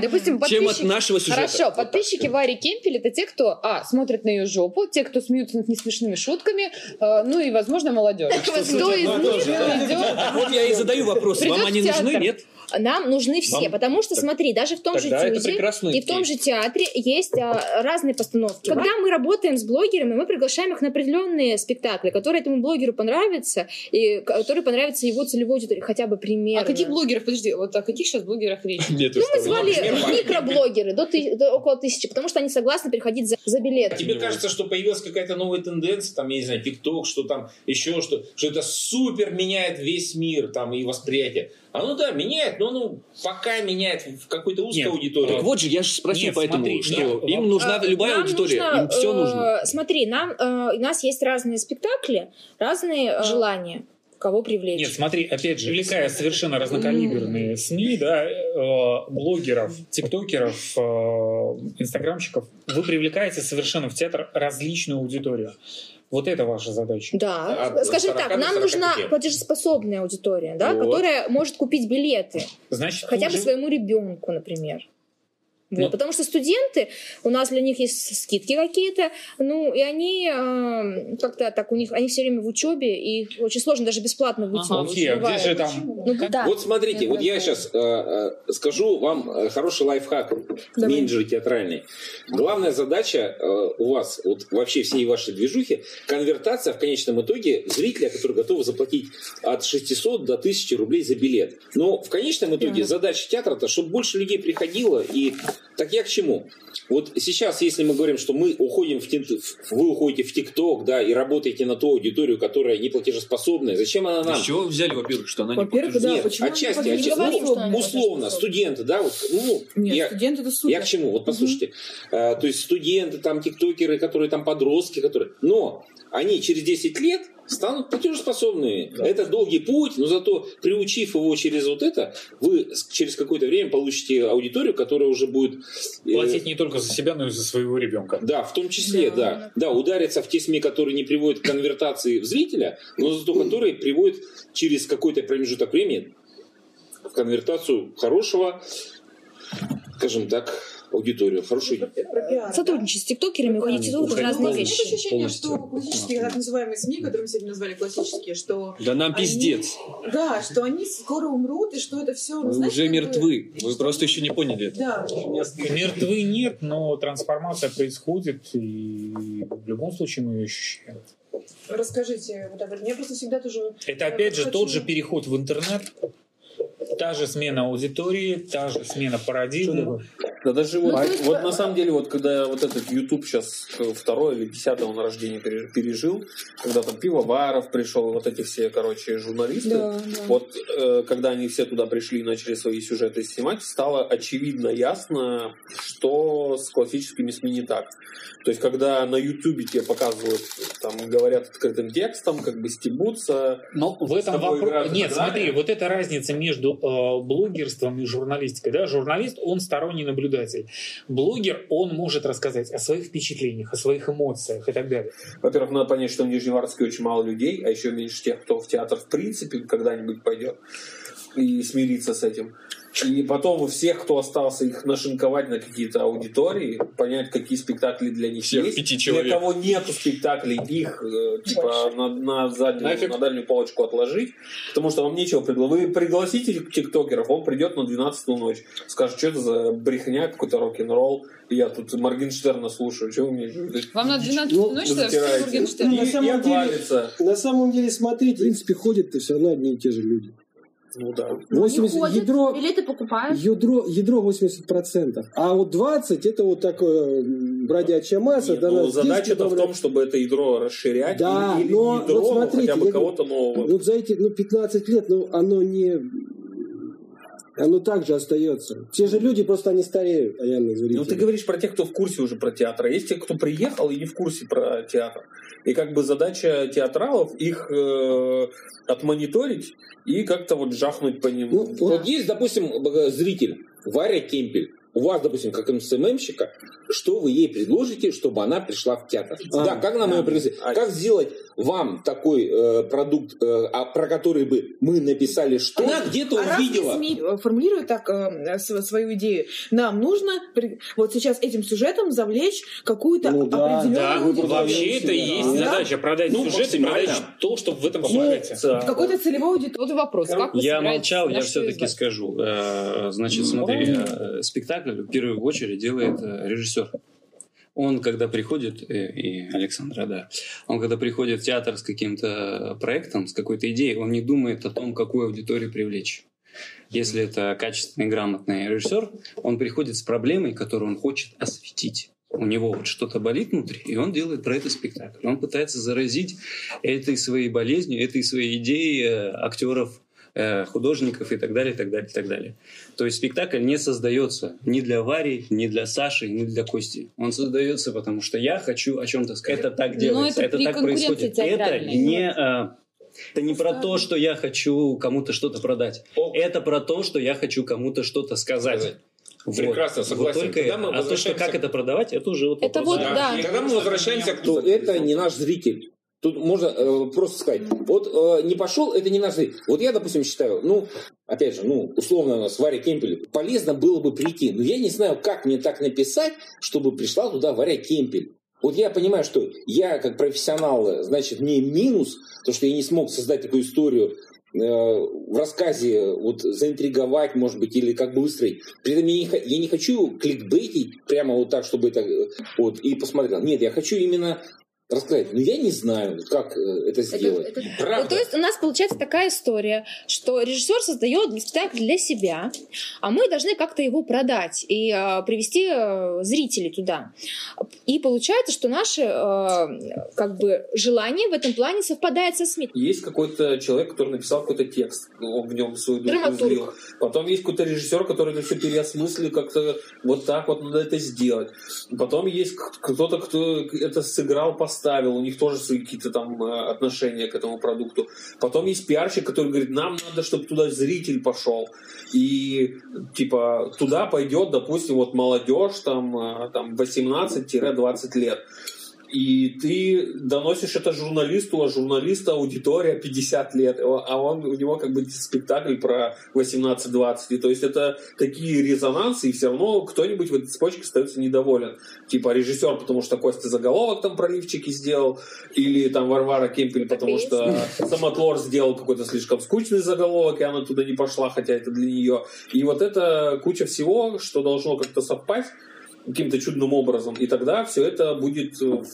[SPEAKER 10] от нашего сюжета.
[SPEAKER 4] Хорошо, подписчики Вари Кемпель — это те, кто смотрят на ее жопу, те, кто смеются над несмешными шутками, ну и, возможно, молодежь.
[SPEAKER 1] Кто из них придет?
[SPEAKER 10] Вот я и задаю вопрос. Вам они нужны, нет?
[SPEAKER 1] Нам нужны все, потому что, смотри, даже в том же ТЮЗе и в том же театре есть разные постановки. Когда мы работаем с блогерами, мы приглашаем их на определенные спекакли, которые этому блогеру понравятся, и которые понравятся его целевой аудитории, хотя бы примерно.
[SPEAKER 4] А каких блогеров? Подожди, вот о каких сейчас блогерах речь?
[SPEAKER 1] Ну, мы звали микроблогеры до около 1000, потому что они согласны приходить за билет.
[SPEAKER 2] Тебе кажется, что появилась какая-то новая тенденция, там, я не знаю, ТикТок, что там еще, что это супер меняет весь мир там, и восприятие. А ну да, меняет, меняет, но ну, пока меняет в какой-то узкой аудитории.
[SPEAKER 10] Так вот же, я же спросил, поэтому,
[SPEAKER 3] смотри,
[SPEAKER 10] что им нужна любая аудитория, им все нужно.
[SPEAKER 1] Смотри, у нас есть разные спектакли, разные желания. Кого привлечь?
[SPEAKER 3] Нет, смотри, опять же, привлекая совершенно разнокалиберные СМИ, да, блогеров, тиктокеров, инстаграмщиков, вы привлекаете совершенно в театр различную аудиторию. Вот это ваша задача.
[SPEAKER 1] Да. Скажем так, нам нужна платежеспособная аудитория, да, которая может купить билеты.
[SPEAKER 3] Значит,
[SPEAKER 1] хотя бы своему ребенку, например. Вот, потому что студенты, у нас для них есть скидки какие-то, ну, и они как-то так, у них, они все время в учебе, и очень сложно даже бесплатно выйти.
[SPEAKER 3] Где же там?
[SPEAKER 2] Вот смотрите, вот я сейчас скажу вам хороший лайфхак, менеджеры театральные. Главная задача у вас, вот вообще всей вашей движухи, конвертация в конечном итоге зрителя, который готов заплатить от 600 до 1000 рублей за билет. Но в конечном итоге задача театра-то, чтобы больше людей приходило и... Так я к чему? Вот сейчас, если мы говорим, что мы уходим вы уходите в ТикТок, да, и работаете на ту аудиторию, которая не платежеспособная, зачем она нам?
[SPEAKER 10] С чего вы взяли, во-первых, что она не платежеспособная?
[SPEAKER 2] Нет, отчасти. Ну, условно, студенты, да, вот, ну,
[SPEAKER 8] нет, студенты это супер.
[SPEAKER 2] Я к чему? Вот послушайте, то есть студенты, там, тиктокеры, которые там подростки, которые... Но они через 10 лет станут платежеспособными. Да. Это долгий путь, но зато приучив его через вот это, вы через какое-то время получите аудиторию, которая уже будет...
[SPEAKER 3] Платить не только за себя, но и за своего ребенка.
[SPEAKER 2] Да, в том числе, да. Да, удариться в те СМИ, которые не приводят к конвертации в зрителя, но зато которые приводят через какой-то промежуток времени в конвертацию хорошего, скажем так, аудиторию, хорошую.
[SPEAKER 1] Сотрудничать с тиктокерами, уходить из разные вещи.
[SPEAKER 8] Нет ощущения, что классические, так называемые СМИ, которые мы сегодня назвали классические, что...
[SPEAKER 10] Да нам пиздец.
[SPEAKER 8] Да, что они скоро умрут, и что это все...
[SPEAKER 10] Вы уже мертвы. Вы просто еще не поняли это.
[SPEAKER 8] Да.
[SPEAKER 3] Мертвы нет, но трансформация происходит, и в любом случае мы ее ощущаем.
[SPEAKER 8] Расскажите, вот об этом. Я просто всегда тоже...
[SPEAKER 3] Это опять же тот же переход в интернет, та же смена аудитории, та же смена парадигмы.
[SPEAKER 11] Да даже вот на самом деле, вот когда вот этот YouTube сейчас 2-е или 10-е он рождение пережил, когда там Пивоваров пришел, вот эти все, короче, журналисты, вот когда они все туда пришли и начали свои сюжеты снимать, стало очевидно ясно, что с классическими СМИ не так. То есть, когда на YouTube тебе показывают, там, говорят открытым текстом, как бы стебутся.
[SPEAKER 3] Но в этом вопрос... Нет, смотри, вот эта разница между блогерством и журналистикой. Да? Журналист, он сторонний наблюдатель. Блогер, он может рассказать о своих впечатлениях, о своих эмоциях и так далее.
[SPEAKER 11] Во-первых, надо понять, что в Нижневартовске очень мало людей, а еще меньше тех, кто в театр в принципе когда-нибудь пойдет, и смириться с этим. И потом у всех, кто остался, их нашинковать на какие-то аудитории, понять, какие спектакли для них
[SPEAKER 10] всех
[SPEAKER 11] есть.
[SPEAKER 10] 5 человек.
[SPEAKER 11] Для кого нету спектаклей, их типа на дальнюю полочку отложить. Потому что вам нечего предложить. Вы пригласите тиктокеров, он придет на 12-ю ночь. Скажет, что это за брехня, какой-то рок-н-ролл. И я тут Моргенштерна слушаю. Что вы мне...
[SPEAKER 4] Вам на 12-ю ночь слушать Моргенштерна?
[SPEAKER 9] На самом деле, смотрите, в принципе, ходят-то все равно одни и те же люди.
[SPEAKER 11] Ну да.
[SPEAKER 1] 80, билеты покупают.
[SPEAKER 9] Ядро 80%. А вот 20% это вот такое бродячая масса.
[SPEAKER 11] Нет, ну, задача-то в том, чтобы это ядро расширять.
[SPEAKER 9] Да,
[SPEAKER 11] или
[SPEAKER 9] но
[SPEAKER 11] ядро,
[SPEAKER 9] вот смотрите,
[SPEAKER 11] хотя бы кого-то нового.
[SPEAKER 9] Вот за эти 15 лет, оно не... Оно также остается. Те же люди, просто они стареют.
[SPEAKER 11] Ну, ты говоришь про тех, кто в курсе уже про театр. А есть те, кто приехал и не в курсе про театр. И как бы задача театралов их отмониторить и как-то вот жахнуть по ним.
[SPEAKER 2] Вот есть, допустим, зритель Варя Кемпель. У вас, допустим, как МСММщика, что вы ей предложите, чтобы она пришла в театр? Да, как нам ее предложить? Как сделать вам такой продукт, про который бы мы написали, что она где-то увидела?
[SPEAKER 8] СМИ формулируют так свою идею. Нам нужно вот сейчас этим сюжетом завлечь какую-то определенную аудиторию.
[SPEAKER 3] Вообще это и есть задача. Продать сюжет и продать то, что в этом помогаете.
[SPEAKER 8] Какой-то целевой аудитории.
[SPEAKER 4] Вот вопрос.
[SPEAKER 12] Я молчал, я все-таки скажу. Значит, смотри, спектакль в первую очередь делает режиссер. Он, когда приходит, и Александра, да, он, когда приходит в театр с каким-то проектом, с какой-то идеей, он не думает о том, какую аудиторию привлечь. Если это качественный, грамотный режиссер, он приходит с проблемой, которую он хочет осветить. У него вот что-то болит внутри, и он делает про это спектакль. Он пытается заразить этой своей болезнью, этой своей идеей актеров, художников и так далее, и так далее, и так далее. То есть спектакль не создается ни для Вари, ни для Саши, ни для Кости. Он создается, потому что я хочу о чем-то сказать. Это так делается, это так происходит. Это не про то, что я хочу кому-то что-то продать. Это про то, что я хочу кому-то что-то сказать.
[SPEAKER 2] Прекрасно, согласен.
[SPEAKER 12] Вот только а то, что как это продавать, это уже вот
[SPEAKER 1] это
[SPEAKER 12] вопрос.
[SPEAKER 1] вот, да.
[SPEAKER 2] И когда мы возвращаемся к...
[SPEAKER 5] То это не наш зритель. Тут можно просто сказать, вот не пошел, это не наш зритель. Вот я, допустим, считаю, опять же, условно у нас Варя Кемпель, полезно было бы прийти, но я не знаю, как мне так написать, чтобы пришла туда Варя Кемпель. Вот я понимаю, что я как профессионал, значит, мне минус, то, что я не смог создать такую историю в рассказе, вот заинтриговать, может быть, или как бы выстроить. При этом я не хочу кликбейтить прямо вот так, чтобы это вот и посмотрел. Нет, я хочу именно рассказать. Но я не знаю, как это сделать.
[SPEAKER 1] То есть у нас получается такая история, что режиссер создает спектакль для себя, а мы должны как-то его продать и привести зрителей туда. И получается, что наши желания в этом плане совпадают со СМИ.
[SPEAKER 11] Есть какой-то человек, который написал какой-то текст, он в нем свою душу излил. Потом есть какой-то режиссер, который это все переосмыслил, как-то вот так вот надо это сделать. Потом есть кто-то, кто это сыграл, поставил, у них тоже свои какие-то там отношения к этому продукту. Потом есть пиарщик, который говорит, нам надо, чтобы туда зритель пошел. И типа туда пойдет, допустим, вот молодежь там 18-20 лет. И ты доносишь это журналисту, а журналиста аудитория 50 лет, а у него как бы спектакль про 18-20. И то есть это такие резонансы, и все равно кто-нибудь в этой цепочке остается недоволен. Типа режиссер, потому что Костя заголовок там про лифчики сделал, или там Варвара Кемпель, потому что Самотлор сделал какой-то слишком скучный заголовок, и она туда не пошла, хотя это для нее. И вот это куча всего, что должно как-то совпасть каким-то чудным образом, и тогда все это будет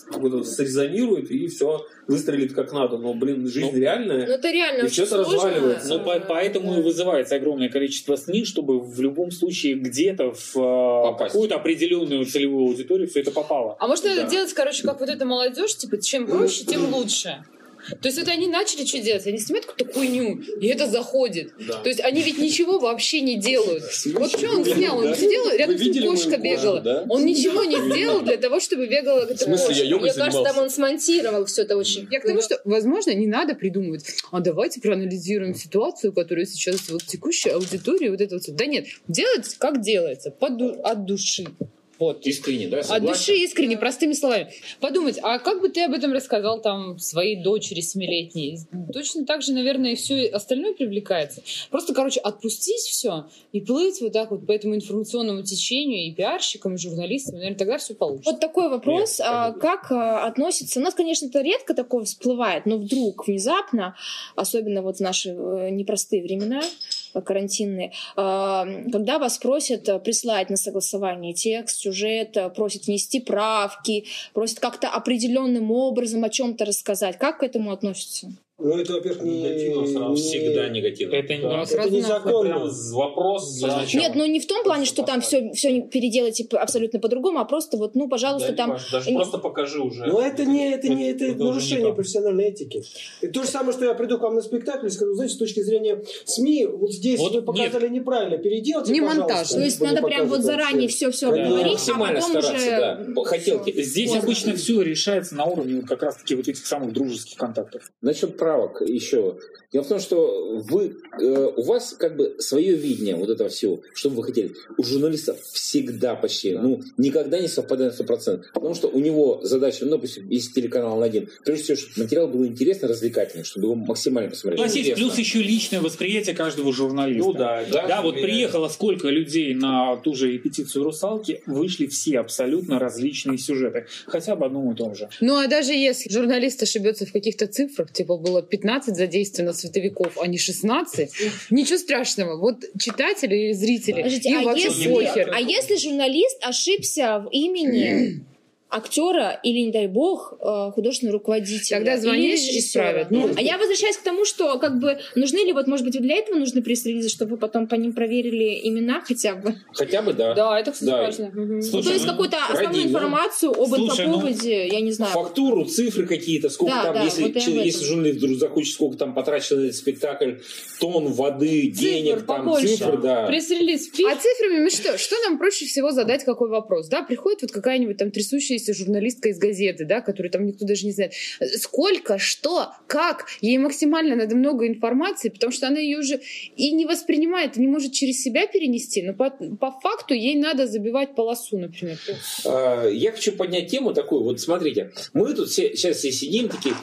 [SPEAKER 11] срезонирует и все выстрелит как надо. Но, жизнь реальная,
[SPEAKER 1] это реально
[SPEAKER 11] и все это разваливается.
[SPEAKER 3] Поэтому и вызывается огромное количество СМИ, чтобы в любом случае где-то в какую-то определенную целевую аудиторию все это попало.
[SPEAKER 4] А может это делать, как вот эта молодежь, типа, чем проще, тем лучше. То есть это они начали что делать? Они снимают какую-то хуйню, и это заходит. Да. То есть они ведь ничего вообще не делают. Вот что он снял? Он сидел, рядом с ним кошка бегала. Да? Он ничего не сделал для того, чтобы бегала эта кошка.
[SPEAKER 1] Мне кажется, там он смонтировал все это очень.
[SPEAKER 4] Я к тому, что, возможно, не надо придумывать. А давайте проанализируем ситуацию, которая сейчас вот текущая аудитория, вот это вот. Да нет, делать как делается, от души.
[SPEAKER 2] Вот. Искренне, да?
[SPEAKER 4] Согласен? От души искренне, простыми словами. Подумать, а как бы ты об этом рассказал там своей дочери 7-летней? Точно так же, наверное, и все остальное привлекается. Просто, отпустить все и плыть вот так вот по этому информационному течению и пиарщикам, и журналистам, наверное, тогда все получится.
[SPEAKER 1] Вот такой вопрос. Как относится... У нас, конечно, это редко такое всплывает, но вдруг, внезапно, особенно вот в наши непростые времена, карантинные, когда вас просят прислать на согласование текст, сюжет, просят внести правки, просят как-то определенным образом о чем-то рассказать. Как к этому относятся?
[SPEAKER 9] Это, во-первых,
[SPEAKER 2] всегда негативно.
[SPEAKER 3] Это
[SPEAKER 9] незаконно.
[SPEAKER 2] Вопрос.
[SPEAKER 1] Нет, не в том плане, что там все переделайте абсолютно по-другому, а просто пожалуйста, там...
[SPEAKER 2] Даже просто покажи уже.
[SPEAKER 9] Но это нарушение профессиональной этики. Это то же самое, что я приду к вам на спектакль и скажу, знаете, с точки зрения СМИ, вот здесь вы показали неправильно, переделайте,
[SPEAKER 4] не монтаж.
[SPEAKER 1] То есть надо прям заранее все говорить, а потом уже...
[SPEAKER 2] Хотелки.
[SPEAKER 3] Здесь обычно все решается на уровне как раз-таки вот этих самых дружеских контактов.
[SPEAKER 5] Насчет правок еще. Дело в том, что у вас как бы свое видение вот этого всего, что вы хотели. У журналиста всегда почти, никогда не совпадает на 100%. Потому что у него задача, допустим, если телеканал на один, прежде всего, чтобы материал был интересный, развлекательный, чтобы его максимально посмотреть.
[SPEAKER 3] У нас есть плюс еще личное восприятие каждого журналиста. Да, вот приехало сколько людей на ту же репетицию «Русалки», вышли все абсолютно различные сюжеты. Хотя бы одном и том же.
[SPEAKER 4] А даже если журналист ошибется в каких-то цифрах, типа было 15 задействовано световиков, а не 16, ничего страшного. Вот читатели или зрители,
[SPEAKER 1] им вообще похер. А если журналист ошибся в имени актера или, не дай бог, художественного руководителя.
[SPEAKER 4] Тогда звонишь и исправят.
[SPEAKER 1] А я возвращаюсь к тому, что как бы нужны ли, вот, может быть, для этого нужны пресс-релизы, чтобы вы потом по ним проверили имена хотя бы?
[SPEAKER 5] Хотя бы, да.
[SPEAKER 4] Да, это, кстати, важно.
[SPEAKER 1] Слушай, то есть какую-то основную информацию об инфоповоде, я не знаю.
[SPEAKER 5] Фактуру, цифры какие-то, сколько там, если журналист вдруг захочет, сколько там потрачено на этот спектакль, тонн воды, денег, там, цифры, да.
[SPEAKER 4] Пресс-релиз. А цифрами мы что нам проще всего задать какой вопрос? Да, приходит вот какая-нибудь там трясущаяся журналистка из газеты, да, которую там никто даже не знает. Сколько, что, как? Ей максимально надо много информации, потому что она ее уже и не воспринимает, и не может через себя перенести, но по факту ей надо забивать полосу, например.
[SPEAKER 5] Я хочу поднять тему такую. Вот смотрите, мы тут сейчас все сидим такие,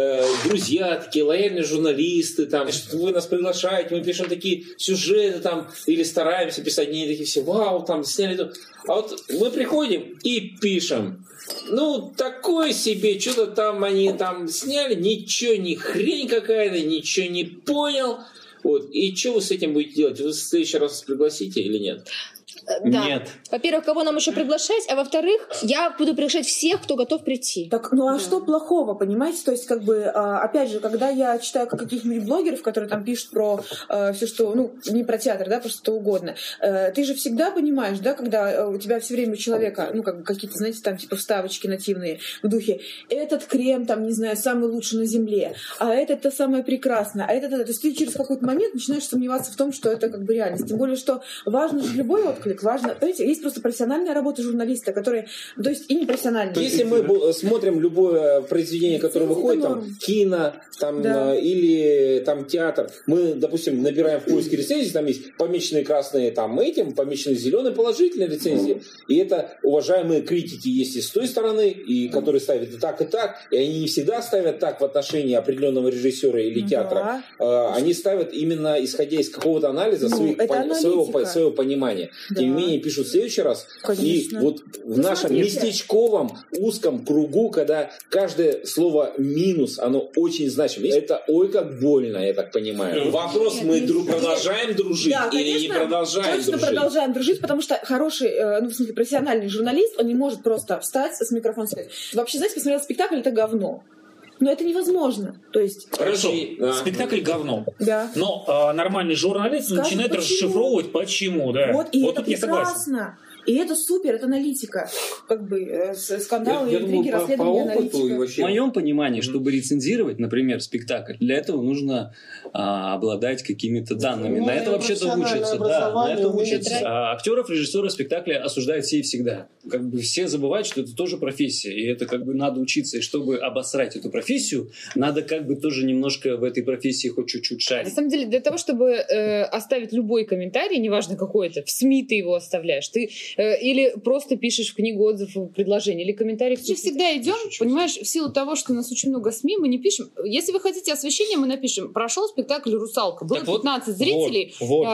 [SPEAKER 5] друзья, такие лояльные журналисты, там, что вы нас приглашаете, мы пишем такие сюжеты там, или стараемся писать, не такие все, вау, там, сняли то. А вот мы приходим и пишем. Ну, такое себе, что-то там они там сняли, ничего, не хрень какая-то, ничего не понял. Вот. И что вы с этим будете делать? Вы в следующий раз пригласите или нет?
[SPEAKER 1] Да.
[SPEAKER 5] Нет.
[SPEAKER 1] Во-первых, кого нам еще приглашать, а во-вторых, я буду приглашать всех, кто готов прийти.
[SPEAKER 8] Так, ну а что плохого, понимаете? То есть, как бы, опять же, когда я читаю каких-нибудь блогеров, которые там пишут про все, что, ну, не про театр, да, про что угодно, ты же всегда понимаешь, да, когда у тебя все время у человека, ну, как бы какие-то, знаете, там, типа, вставочки нативные в духе, этот крем, там, не знаю, самый лучший на земле, а это самое прекрасное, а это. То есть ты через какой-то момент начинаешь сомневаться в том, что это как бы реальность. Тем более, что важно же любой отклик, важно, понимаете, есть просто профессиональная работа журналиста, которые, то есть и непрофессиональная.
[SPEAKER 5] Если мы смотрим любое произведение, которое выходит, там, кино, там, или там театр, мы, допустим, набираем в поиске рецензий, там есть помеченные красные там этим, помеченные зеленые положительные рецензии, и это уважаемые критики есть и с той стороны, и которые ставят и так, и они не всегда ставят так в отношении определенного режиссера или театра, они ставят именно исходя из какого-то анализа своего понимания. Тем не менее, пишут в следующий раз. Конечно. И вот в нашем местечковом узком кругу, когда каждое слово минус, оно очень значимо. Это ой как больно, я так понимаю. Вопрос, мы продолжаем дружить или не продолжаем дружить?
[SPEAKER 8] Продолжаем дружить, потому что хороший, ну, в смысле, профессиональный журналист, он не может просто встать с микрофоном и сказать: вообще, знаете, посмотрел спектакль, это говно. Но это невозможно. То есть...
[SPEAKER 3] Хорошо, спектакль говно.
[SPEAKER 8] Да.
[SPEAKER 3] Но нормальный журналист начинает расшифровывать, почему. Да.
[SPEAKER 8] Вот, и это прекрасно. И это супер, это аналитика. Как бы скандалы, интриги, расследования, аналитика.
[SPEAKER 12] В моем понимании, чтобы рецензировать, например, спектакль, для этого нужно обладать какими-то данными. На это вообще-то учатся. Да, на это учатся. Актеров, режиссеров спектакля осуждают все и всегда. Как бы все забывают, что это тоже профессия. И это как бы надо учиться. И чтобы обосрать эту профессию, надо как бы тоже немножко в этой профессии хоть чуть-чуть шарить.
[SPEAKER 4] На самом деле, для того, чтобы оставить любой комментарий, неважно какой это, в СМИ ты его оставляешь, ты или просто пишешь в книгу отзывов, предложение, или комментарий. Мы всегда идем, понимаешь, в силу того, что у нас очень много СМИ, мы не пишем. Если вы хотите освещения, мы напишем: прошел спектакль «Русалка», было 15 зрителей,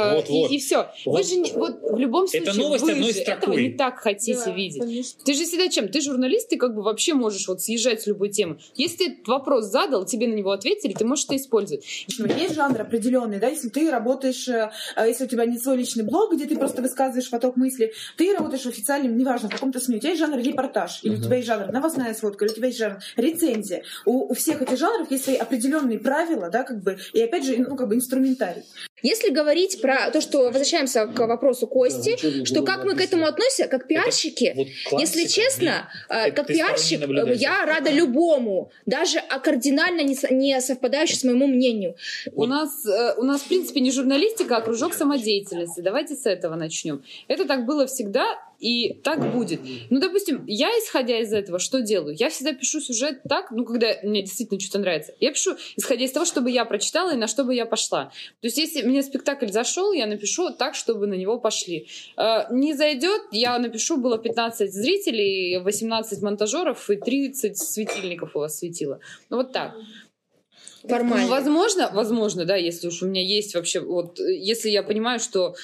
[SPEAKER 4] и все. Вы же в любом случае,
[SPEAKER 3] это новость одной строкой.
[SPEAKER 4] Этого не так хотите видеть. Конечно. Ты же всегда чем? Ты журналист, ты как бы вообще можешь вот съезжать с любой темы. Если ты этот вопрос задал, тебе на него ответили, ты можешь это использовать.
[SPEAKER 8] Есть жанр определенный, да, если ты работаешь, если у тебя не свой личный блог, где ты просто высказываешь поток мыслей, ты работаешь официальным, неважно, в каком-то СМИ, у тебя есть жанр репортаж, или у тебя есть жанр новостная сводка, или у тебя есть жанр рецензия. У всех этих жанров есть свои определенные правила, да, как бы, и опять же, ну, как бы инструментарий.
[SPEAKER 1] Если говорить про то, что возвращаемся к вопросу Кости, что как мы к этому относимся, как пиарщики, если честно, как пиарщик, я рада любому, даже кардинально не совпадающему с моему мнению.
[SPEAKER 4] У нас, в принципе, не журналистика, а кружок самодеятельности. Давайте с этого начнем. Это так было всегда, и так будет. Ну, допустим, я, исходя из этого, что делаю? Я всегда пишу сюжет так, ну, когда мне действительно что-то нравится. Я пишу, исходя из того, чтобы я прочитала и на что бы я пошла. То есть, если мне спектакль зашел, я напишу так, чтобы на него пошли. Не зайдет, я напишу, было 15 зрителей, 18 монтажеров и 30 светильников у вас светило. Ну, вот так.
[SPEAKER 1] Формально.
[SPEAKER 4] Возможно, да, если уж у меня есть вообще, вот, если я понимаю, что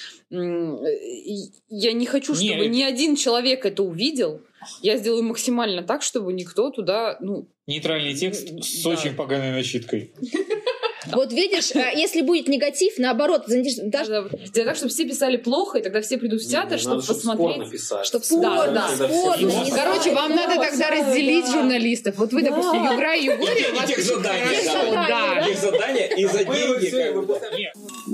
[SPEAKER 4] я не хочу, чтобы ни один человек это увидел, я сделаю максимально так, чтобы никто туда, ну...
[SPEAKER 3] Нейтральный текст с очень поганой начиткой.
[SPEAKER 1] Вот видишь, если будет негатив, наоборот,
[SPEAKER 4] даже так, чтобы все писали плохо, и тогда все придут в театр, чтобы посмотреть.
[SPEAKER 1] Чтобы спорно.
[SPEAKER 4] Короче, вам надо тогда разделить журналистов. Вот вы, допустим, Югра и Югория, у вас
[SPEAKER 5] их задания и за деньги.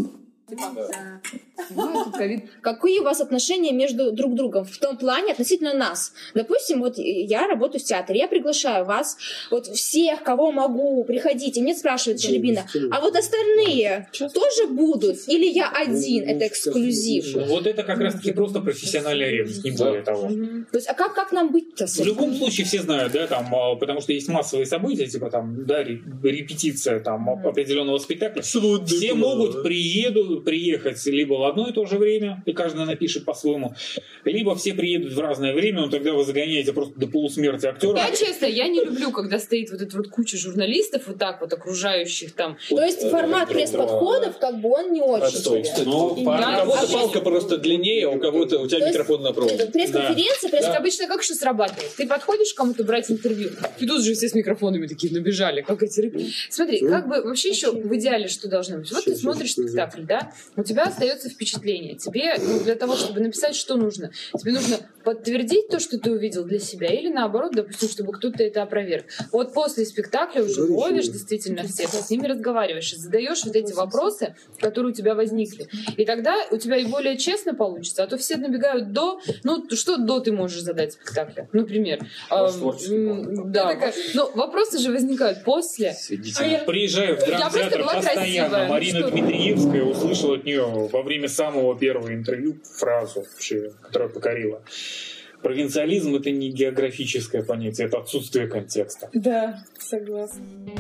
[SPEAKER 1] Какие у вас отношения между друг другом в том плане относительно нас? Допустим, вот я работаю в театре, я приглашаю вас, вот всех, кого могу, приходите. Мне спрашивает Щербина, а вот остальные тоже будут? Или я один? Это эксклюзив.
[SPEAKER 3] Вот это как раз-таки просто профессиональная ревность, не более того.
[SPEAKER 1] То есть, а как нам быть-то?
[SPEAKER 3] В любом случае все знают, да, там, потому что есть массовые события, типа там, да, репетиция там определенного спектакля. Все могут приехать либо в одно и то же время, и каждый напишет по-своему, либо все приедут в разное время, но тогда вы загоняете просто до полусмерти актера.
[SPEAKER 4] Я честно, я не люблю, когда стоит вот эта вот куча журналистов, вот так вот окружающих там.
[SPEAKER 1] То есть формат пресс-подходов, как бы он не очень.
[SPEAKER 10] Ну, кого-то палка просто длиннее, у кого-то у тебя микрофон на проводе.
[SPEAKER 1] Пресс-конференция,
[SPEAKER 4] обычно как что срабатывает? Ты подходишь к кому-то брать интервью, и тут же все с микрофонами такие набежали, как эти рыбки. Смотри, как бы вообще еще в идеале что должно быть? Вот ты смотришь спектакль, да? У тебя остается впечатление. Тебе для того, чтобы написать, что нужно? Тебе нужно подтвердить то, что ты увидел для себя, или наоборот, допустим, чтобы кто-то это опроверг. Вот после спектакля уже ловишь действительно всех, с ними разговариваешь и задаешь вот эти вопросы, которые у тебя возникли. И тогда у тебя и более честно получится, а то все набегают до... Ну, что до ты можешь задать в спектакле? Например. Да. Но вопросы же возникают после.
[SPEAKER 3] Приезжаю в драмтеатр постоянно. Марина Дмитриевская услышала от нее во время самого первого интервью фразу, которая покорила. Провинциализм — это не географическое понятие, это отсутствие контекста.
[SPEAKER 8] Да, согласна.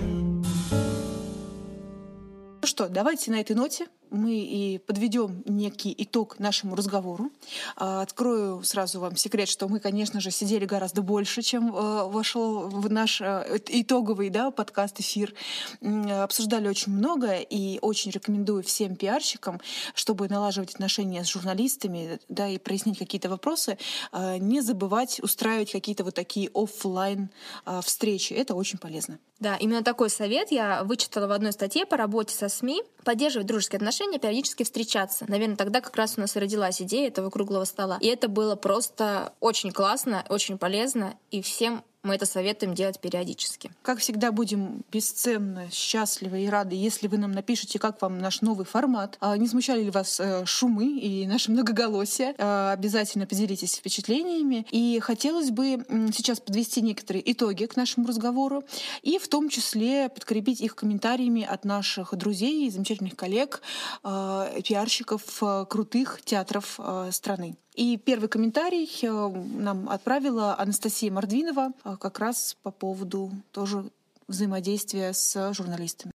[SPEAKER 6] Ну что, давайте на этой ноте мы и подведем некий итог нашему разговору. Открою сразу вам секрет, что мы, конечно же, сидели гораздо больше, чем вошел в наш итоговый, да, подкаст-эфир. Обсуждали очень многое, и очень рекомендую всем пиарщикам, чтобы налаживать отношения с журналистами, да, и прояснить какие-то вопросы, не забывать устраивать какие-то вот такие офлайн встречи. Это очень полезно.
[SPEAKER 1] Да, именно такой совет я вычитала в одной статье по работе со СМИ. Поддерживать дружеские отношения, периодически встречаться. Наверное, тогда как раз у нас и родилась идея этого круглого стола. И это было просто очень классно, очень полезно, и всем мы это советуем делать периодически.
[SPEAKER 6] Как всегда, будем бесценно счастливы и рады, если вы нам напишите, как вам наш новый формат. Не смущали ли вас шумы и наше многоголосие? Обязательно поделитесь впечатлениями. И хотелось бы сейчас подвести некоторые итоги к нашему разговору и в том числе подкрепить их комментариями от наших друзей, замечательных коллег, пиарщиков крутых театров страны. И первый комментарий нам отправила Анастасия Мордвинова как раз по поводу тоже взаимодействия с журналистами.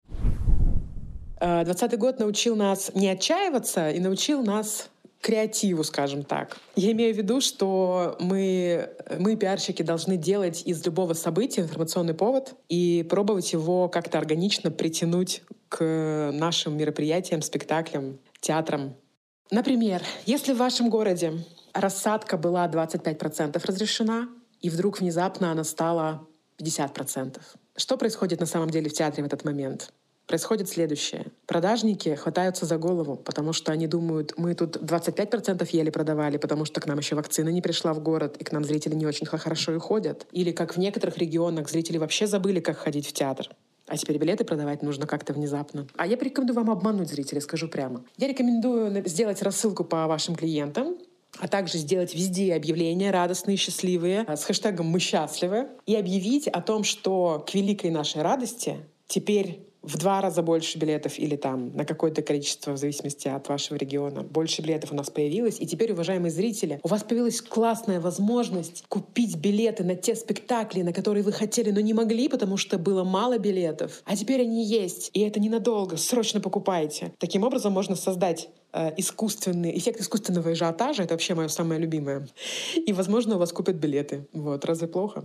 [SPEAKER 13] 20-й год научил нас не отчаиваться и научил нас креативу, скажем так. Я имею в виду, что мы пиарщики, должны делать из любого события информационный повод и пробовать его как-то органично притянуть к нашим мероприятиям, спектаклям, театрам. Например, если в вашем городе рассадка была 25% разрешена, и вдруг внезапно она стала 50%. Что происходит на самом деле в театре в этот момент? Происходит следующее. Продажники хватаются за голову, потому что они думают, мы тут 25% еле продавали, потому что к нам еще вакцина не пришла в город, и к нам зрители не очень хорошо и ходят. Или как в некоторых регионах зрители вообще забыли, как ходить в театр. А теперь билеты продавать нужно как-то внезапно. А я порекомендую вам обмануть зрителей, скажу прямо. Я рекомендую сделать рассылку по вашим клиентам, а также сделать везде объявления радостные, счастливые, с хэштегом «Мы счастливы», и объявить о том, что к великой нашей радости теперь в 2 раза больше билетов или там на какое-то количество, в зависимости от вашего региона, больше билетов у нас появилось. И теперь, уважаемые зрители, у вас появилась классная возможность купить билеты на те спектакли, на которые вы хотели, но не могли, потому что было мало билетов. А теперь они есть. И это ненадолго. Срочно покупайте. Таким образом можно создать эффект искусственного ажиотажа. Это вообще мое самое любимое. И, возможно, у вас купят билеты. Вот. Разве плохо?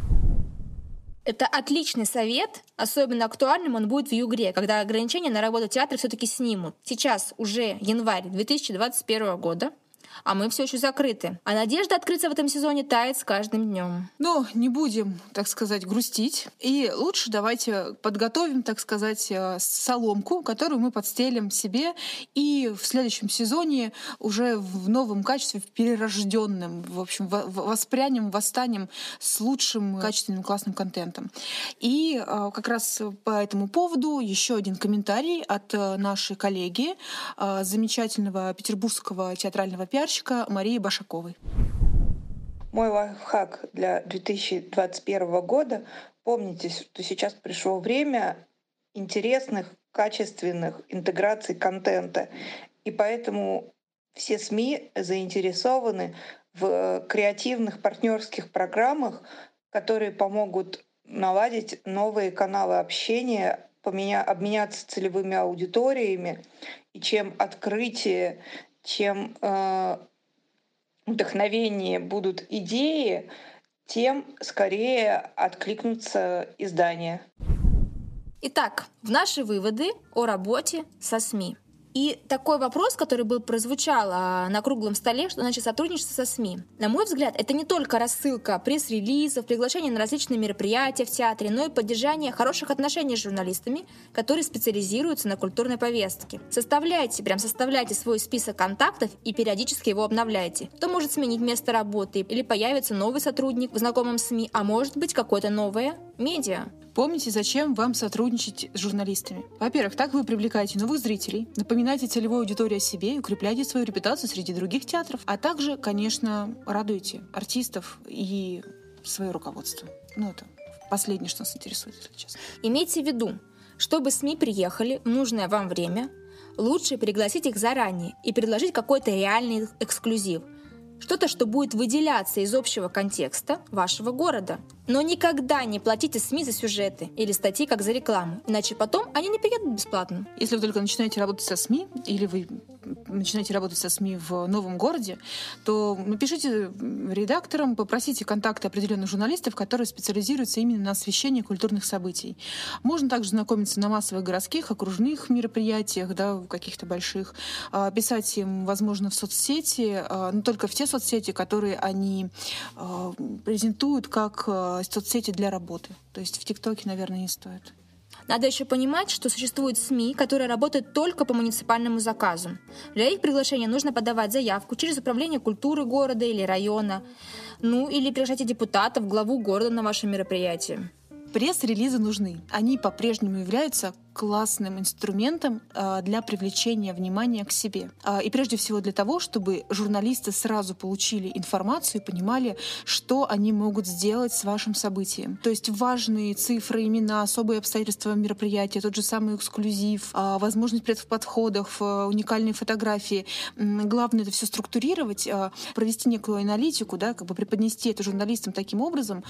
[SPEAKER 1] Это отличный совет. Особенно актуальным он будет в Югре, когда ограничения на работу театра все-таки снимут. Сейчас уже январь 2021 года. а мы все еще закрыты. А надежда открыться в этом сезоне тает с каждым днем.
[SPEAKER 6] Но не будем, так сказать, грустить. И лучше давайте подготовим, так сказать, соломку, которую мы подстелим себе, и в следующем сезоне уже в новом качестве, в перерожденном, в общем, восстанем с лучшим, качественным, классным контентом. И как раз по этому поводу еще один комментарий от нашей коллеги, замечательного петербургского театрального пиарщика Марии Башаковой.
[SPEAKER 14] Мой лайфхак для 2021 года. Помните, что сейчас пришло время интересных, качественных интеграций контента. И поэтому все СМИ заинтересованы в креативных партнерских программах, которые помогут наладить новые каналы общения, обменяться целевыми аудиториями. И чем открытие, чем вдохновение будут идеи, тем скорее откликнутся издания.
[SPEAKER 1] Итак, в наши выводы о работе со СМИ. И такой вопрос, который прозвучал на круглом столе, что значит сотрудничество со СМИ. На мой взгляд, это не только рассылка пресс-релизов, приглашение на различные мероприятия в театре, но и поддержание хороших отношений с журналистами, которые специализируются на культурной повестке. Составляйте свой список контактов и периодически его обновляйте. Кто может сменить место работы или появится новый сотрудник в знакомом СМИ, а может быть какое-то новое медиа.
[SPEAKER 6] Помните, зачем вам сотрудничать с журналистами. Во-первых, так вы привлекаете новых зрителей, напоминаете целевой аудитории о себе и укрепляете свою репутацию среди других театров, а также, конечно, радуете артистов и свое руководство. Это последнее, что нас интересует, если честно.
[SPEAKER 1] Имейте в виду, чтобы СМИ приехали в нужное вам время, лучше пригласить их заранее и предложить какой-то реальный эксклюзив. Что-то, что будет выделяться из общего контекста вашего города. Но никогда не платите СМИ за сюжеты или статьи как за рекламу, иначе потом они не приедут бесплатно.
[SPEAKER 6] Если вы только начинаете работать со СМИ, или вы начинаете работать со СМИ в новом городе, то напишите редакторам, попросите контакты определенных журналистов, которые специализируются именно на освещении культурных событий. Можно также знакомиться на массовых городских, окружных мероприятиях, каких-то больших, писать им, возможно, в соцсети, но только в те соцсети, которые они презентуют как соцсети для работы. То есть в ТикТоке, наверное, не стоит.
[SPEAKER 1] Надо еще понимать, что существуют СМИ, которые работают только по муниципальному заказу. Для их приглашения нужно подавать заявку через управление культуры города или района, или приглашайте депутатов, главу города на ваше мероприятие.
[SPEAKER 6] Пресс-релизы нужны. Они по-прежнему являются классным инструментом для привлечения внимания к себе. И прежде всего для того, чтобы журналисты сразу получили информацию и понимали, что они могут сделать с вашим событием. То есть важные цифры, имена, особые обстоятельства мероприятия, тот же самый эксклюзив, возможность предподходов, уникальные фотографии. Главное это все структурировать, провести некую аналитику, преподнести это журналистам таким образом,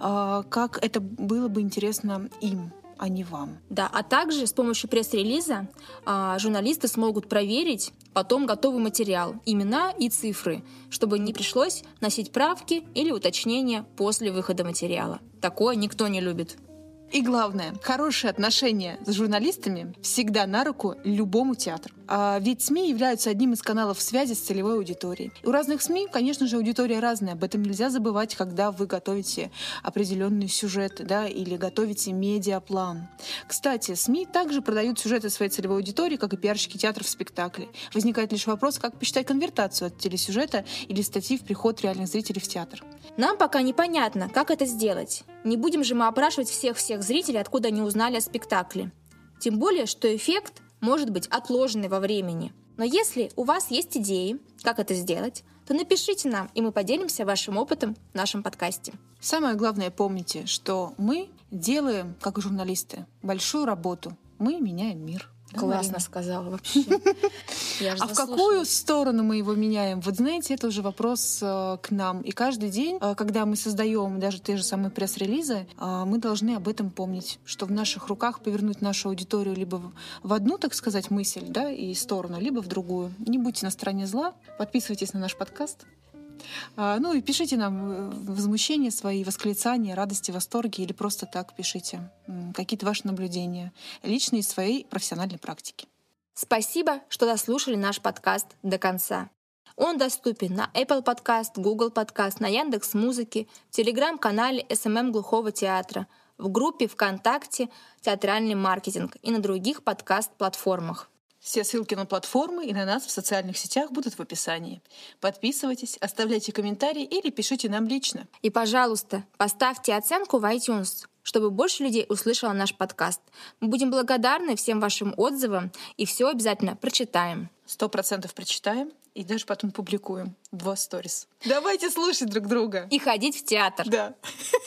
[SPEAKER 6] как это было бы интересно им, а не вам.
[SPEAKER 1] Да, а также с помощью пресс-релиза журналисты смогут проверить потом готовый материал, имена и цифры, чтобы не пришлось носить правки или уточнения после выхода материала. Такое никто не любит.
[SPEAKER 6] И главное, хорошие отношения с журналистами всегда на руку любому театру. Ведь СМИ являются одним из каналов связи с целевой аудиторией. И у разных СМИ, конечно же, аудитория разная. Об этом нельзя забывать, когда вы готовите определенные сюжеты, или готовите медиаплан. Кстати, СМИ также продают сюжеты своей целевой аудитории, как и пиарщики театров в спектакле. Возникает лишь вопрос, как посчитать конвертацию от телесюжета или статьи в приход реальных зрителей в театр.
[SPEAKER 1] Нам пока непонятно, как это сделать. Не будем же мы опрашивать всех зрителей, откуда они узнали о спектакле. Тем более, что эффект может быть отложенный во времени. Но если у вас есть идеи, как это сделать, то напишите нам, и мы поделимся вашим опытом в нашем подкасте.
[SPEAKER 6] Самое главное, помните, что мы делаем, как журналисты, большую работу. Мы меняем мир.
[SPEAKER 1] Классно сказала вообще.
[SPEAKER 6] А в какую сторону мы его меняем? Вот знаете, это уже вопрос к нам. И каждый день, когда мы создаем даже те же самые пресс-релизы, мы должны об этом помнить, что в наших руках повернуть нашу аудиторию либо в одну, так сказать, мысль, и сторону, либо в другую. Не будьте на стороне зла, подписывайтесь на наш подкаст. И пишите нам возмущения свои, восклицания, радости, восторги или просто так пишите какие-то ваши наблюдения, личные из своей профессиональной практики.
[SPEAKER 1] Спасибо, что дослушали наш подкаст до конца. Он доступен на Apple Podcast, Google Podcast, на Яндекс.Музыке, в телеграм-канале СММ Глухого театра, в группе ВКонтакте «Театральный маркетинг» и на других подкаст-платформах.
[SPEAKER 6] Все ссылки на платформы и на нас в социальных сетях будут в описании. Подписывайтесь, оставляйте комментарии или пишите нам лично.
[SPEAKER 1] И, пожалуйста, поставьте оценку в iTunes, чтобы больше людей услышало наш подкаст. Мы будем благодарны всем вашим отзывам и все обязательно прочитаем.
[SPEAKER 6] 100% прочитаем и даже потом публикуем в сторис. Давайте слушать друг друга.
[SPEAKER 1] И ходить в театр.
[SPEAKER 6] Да.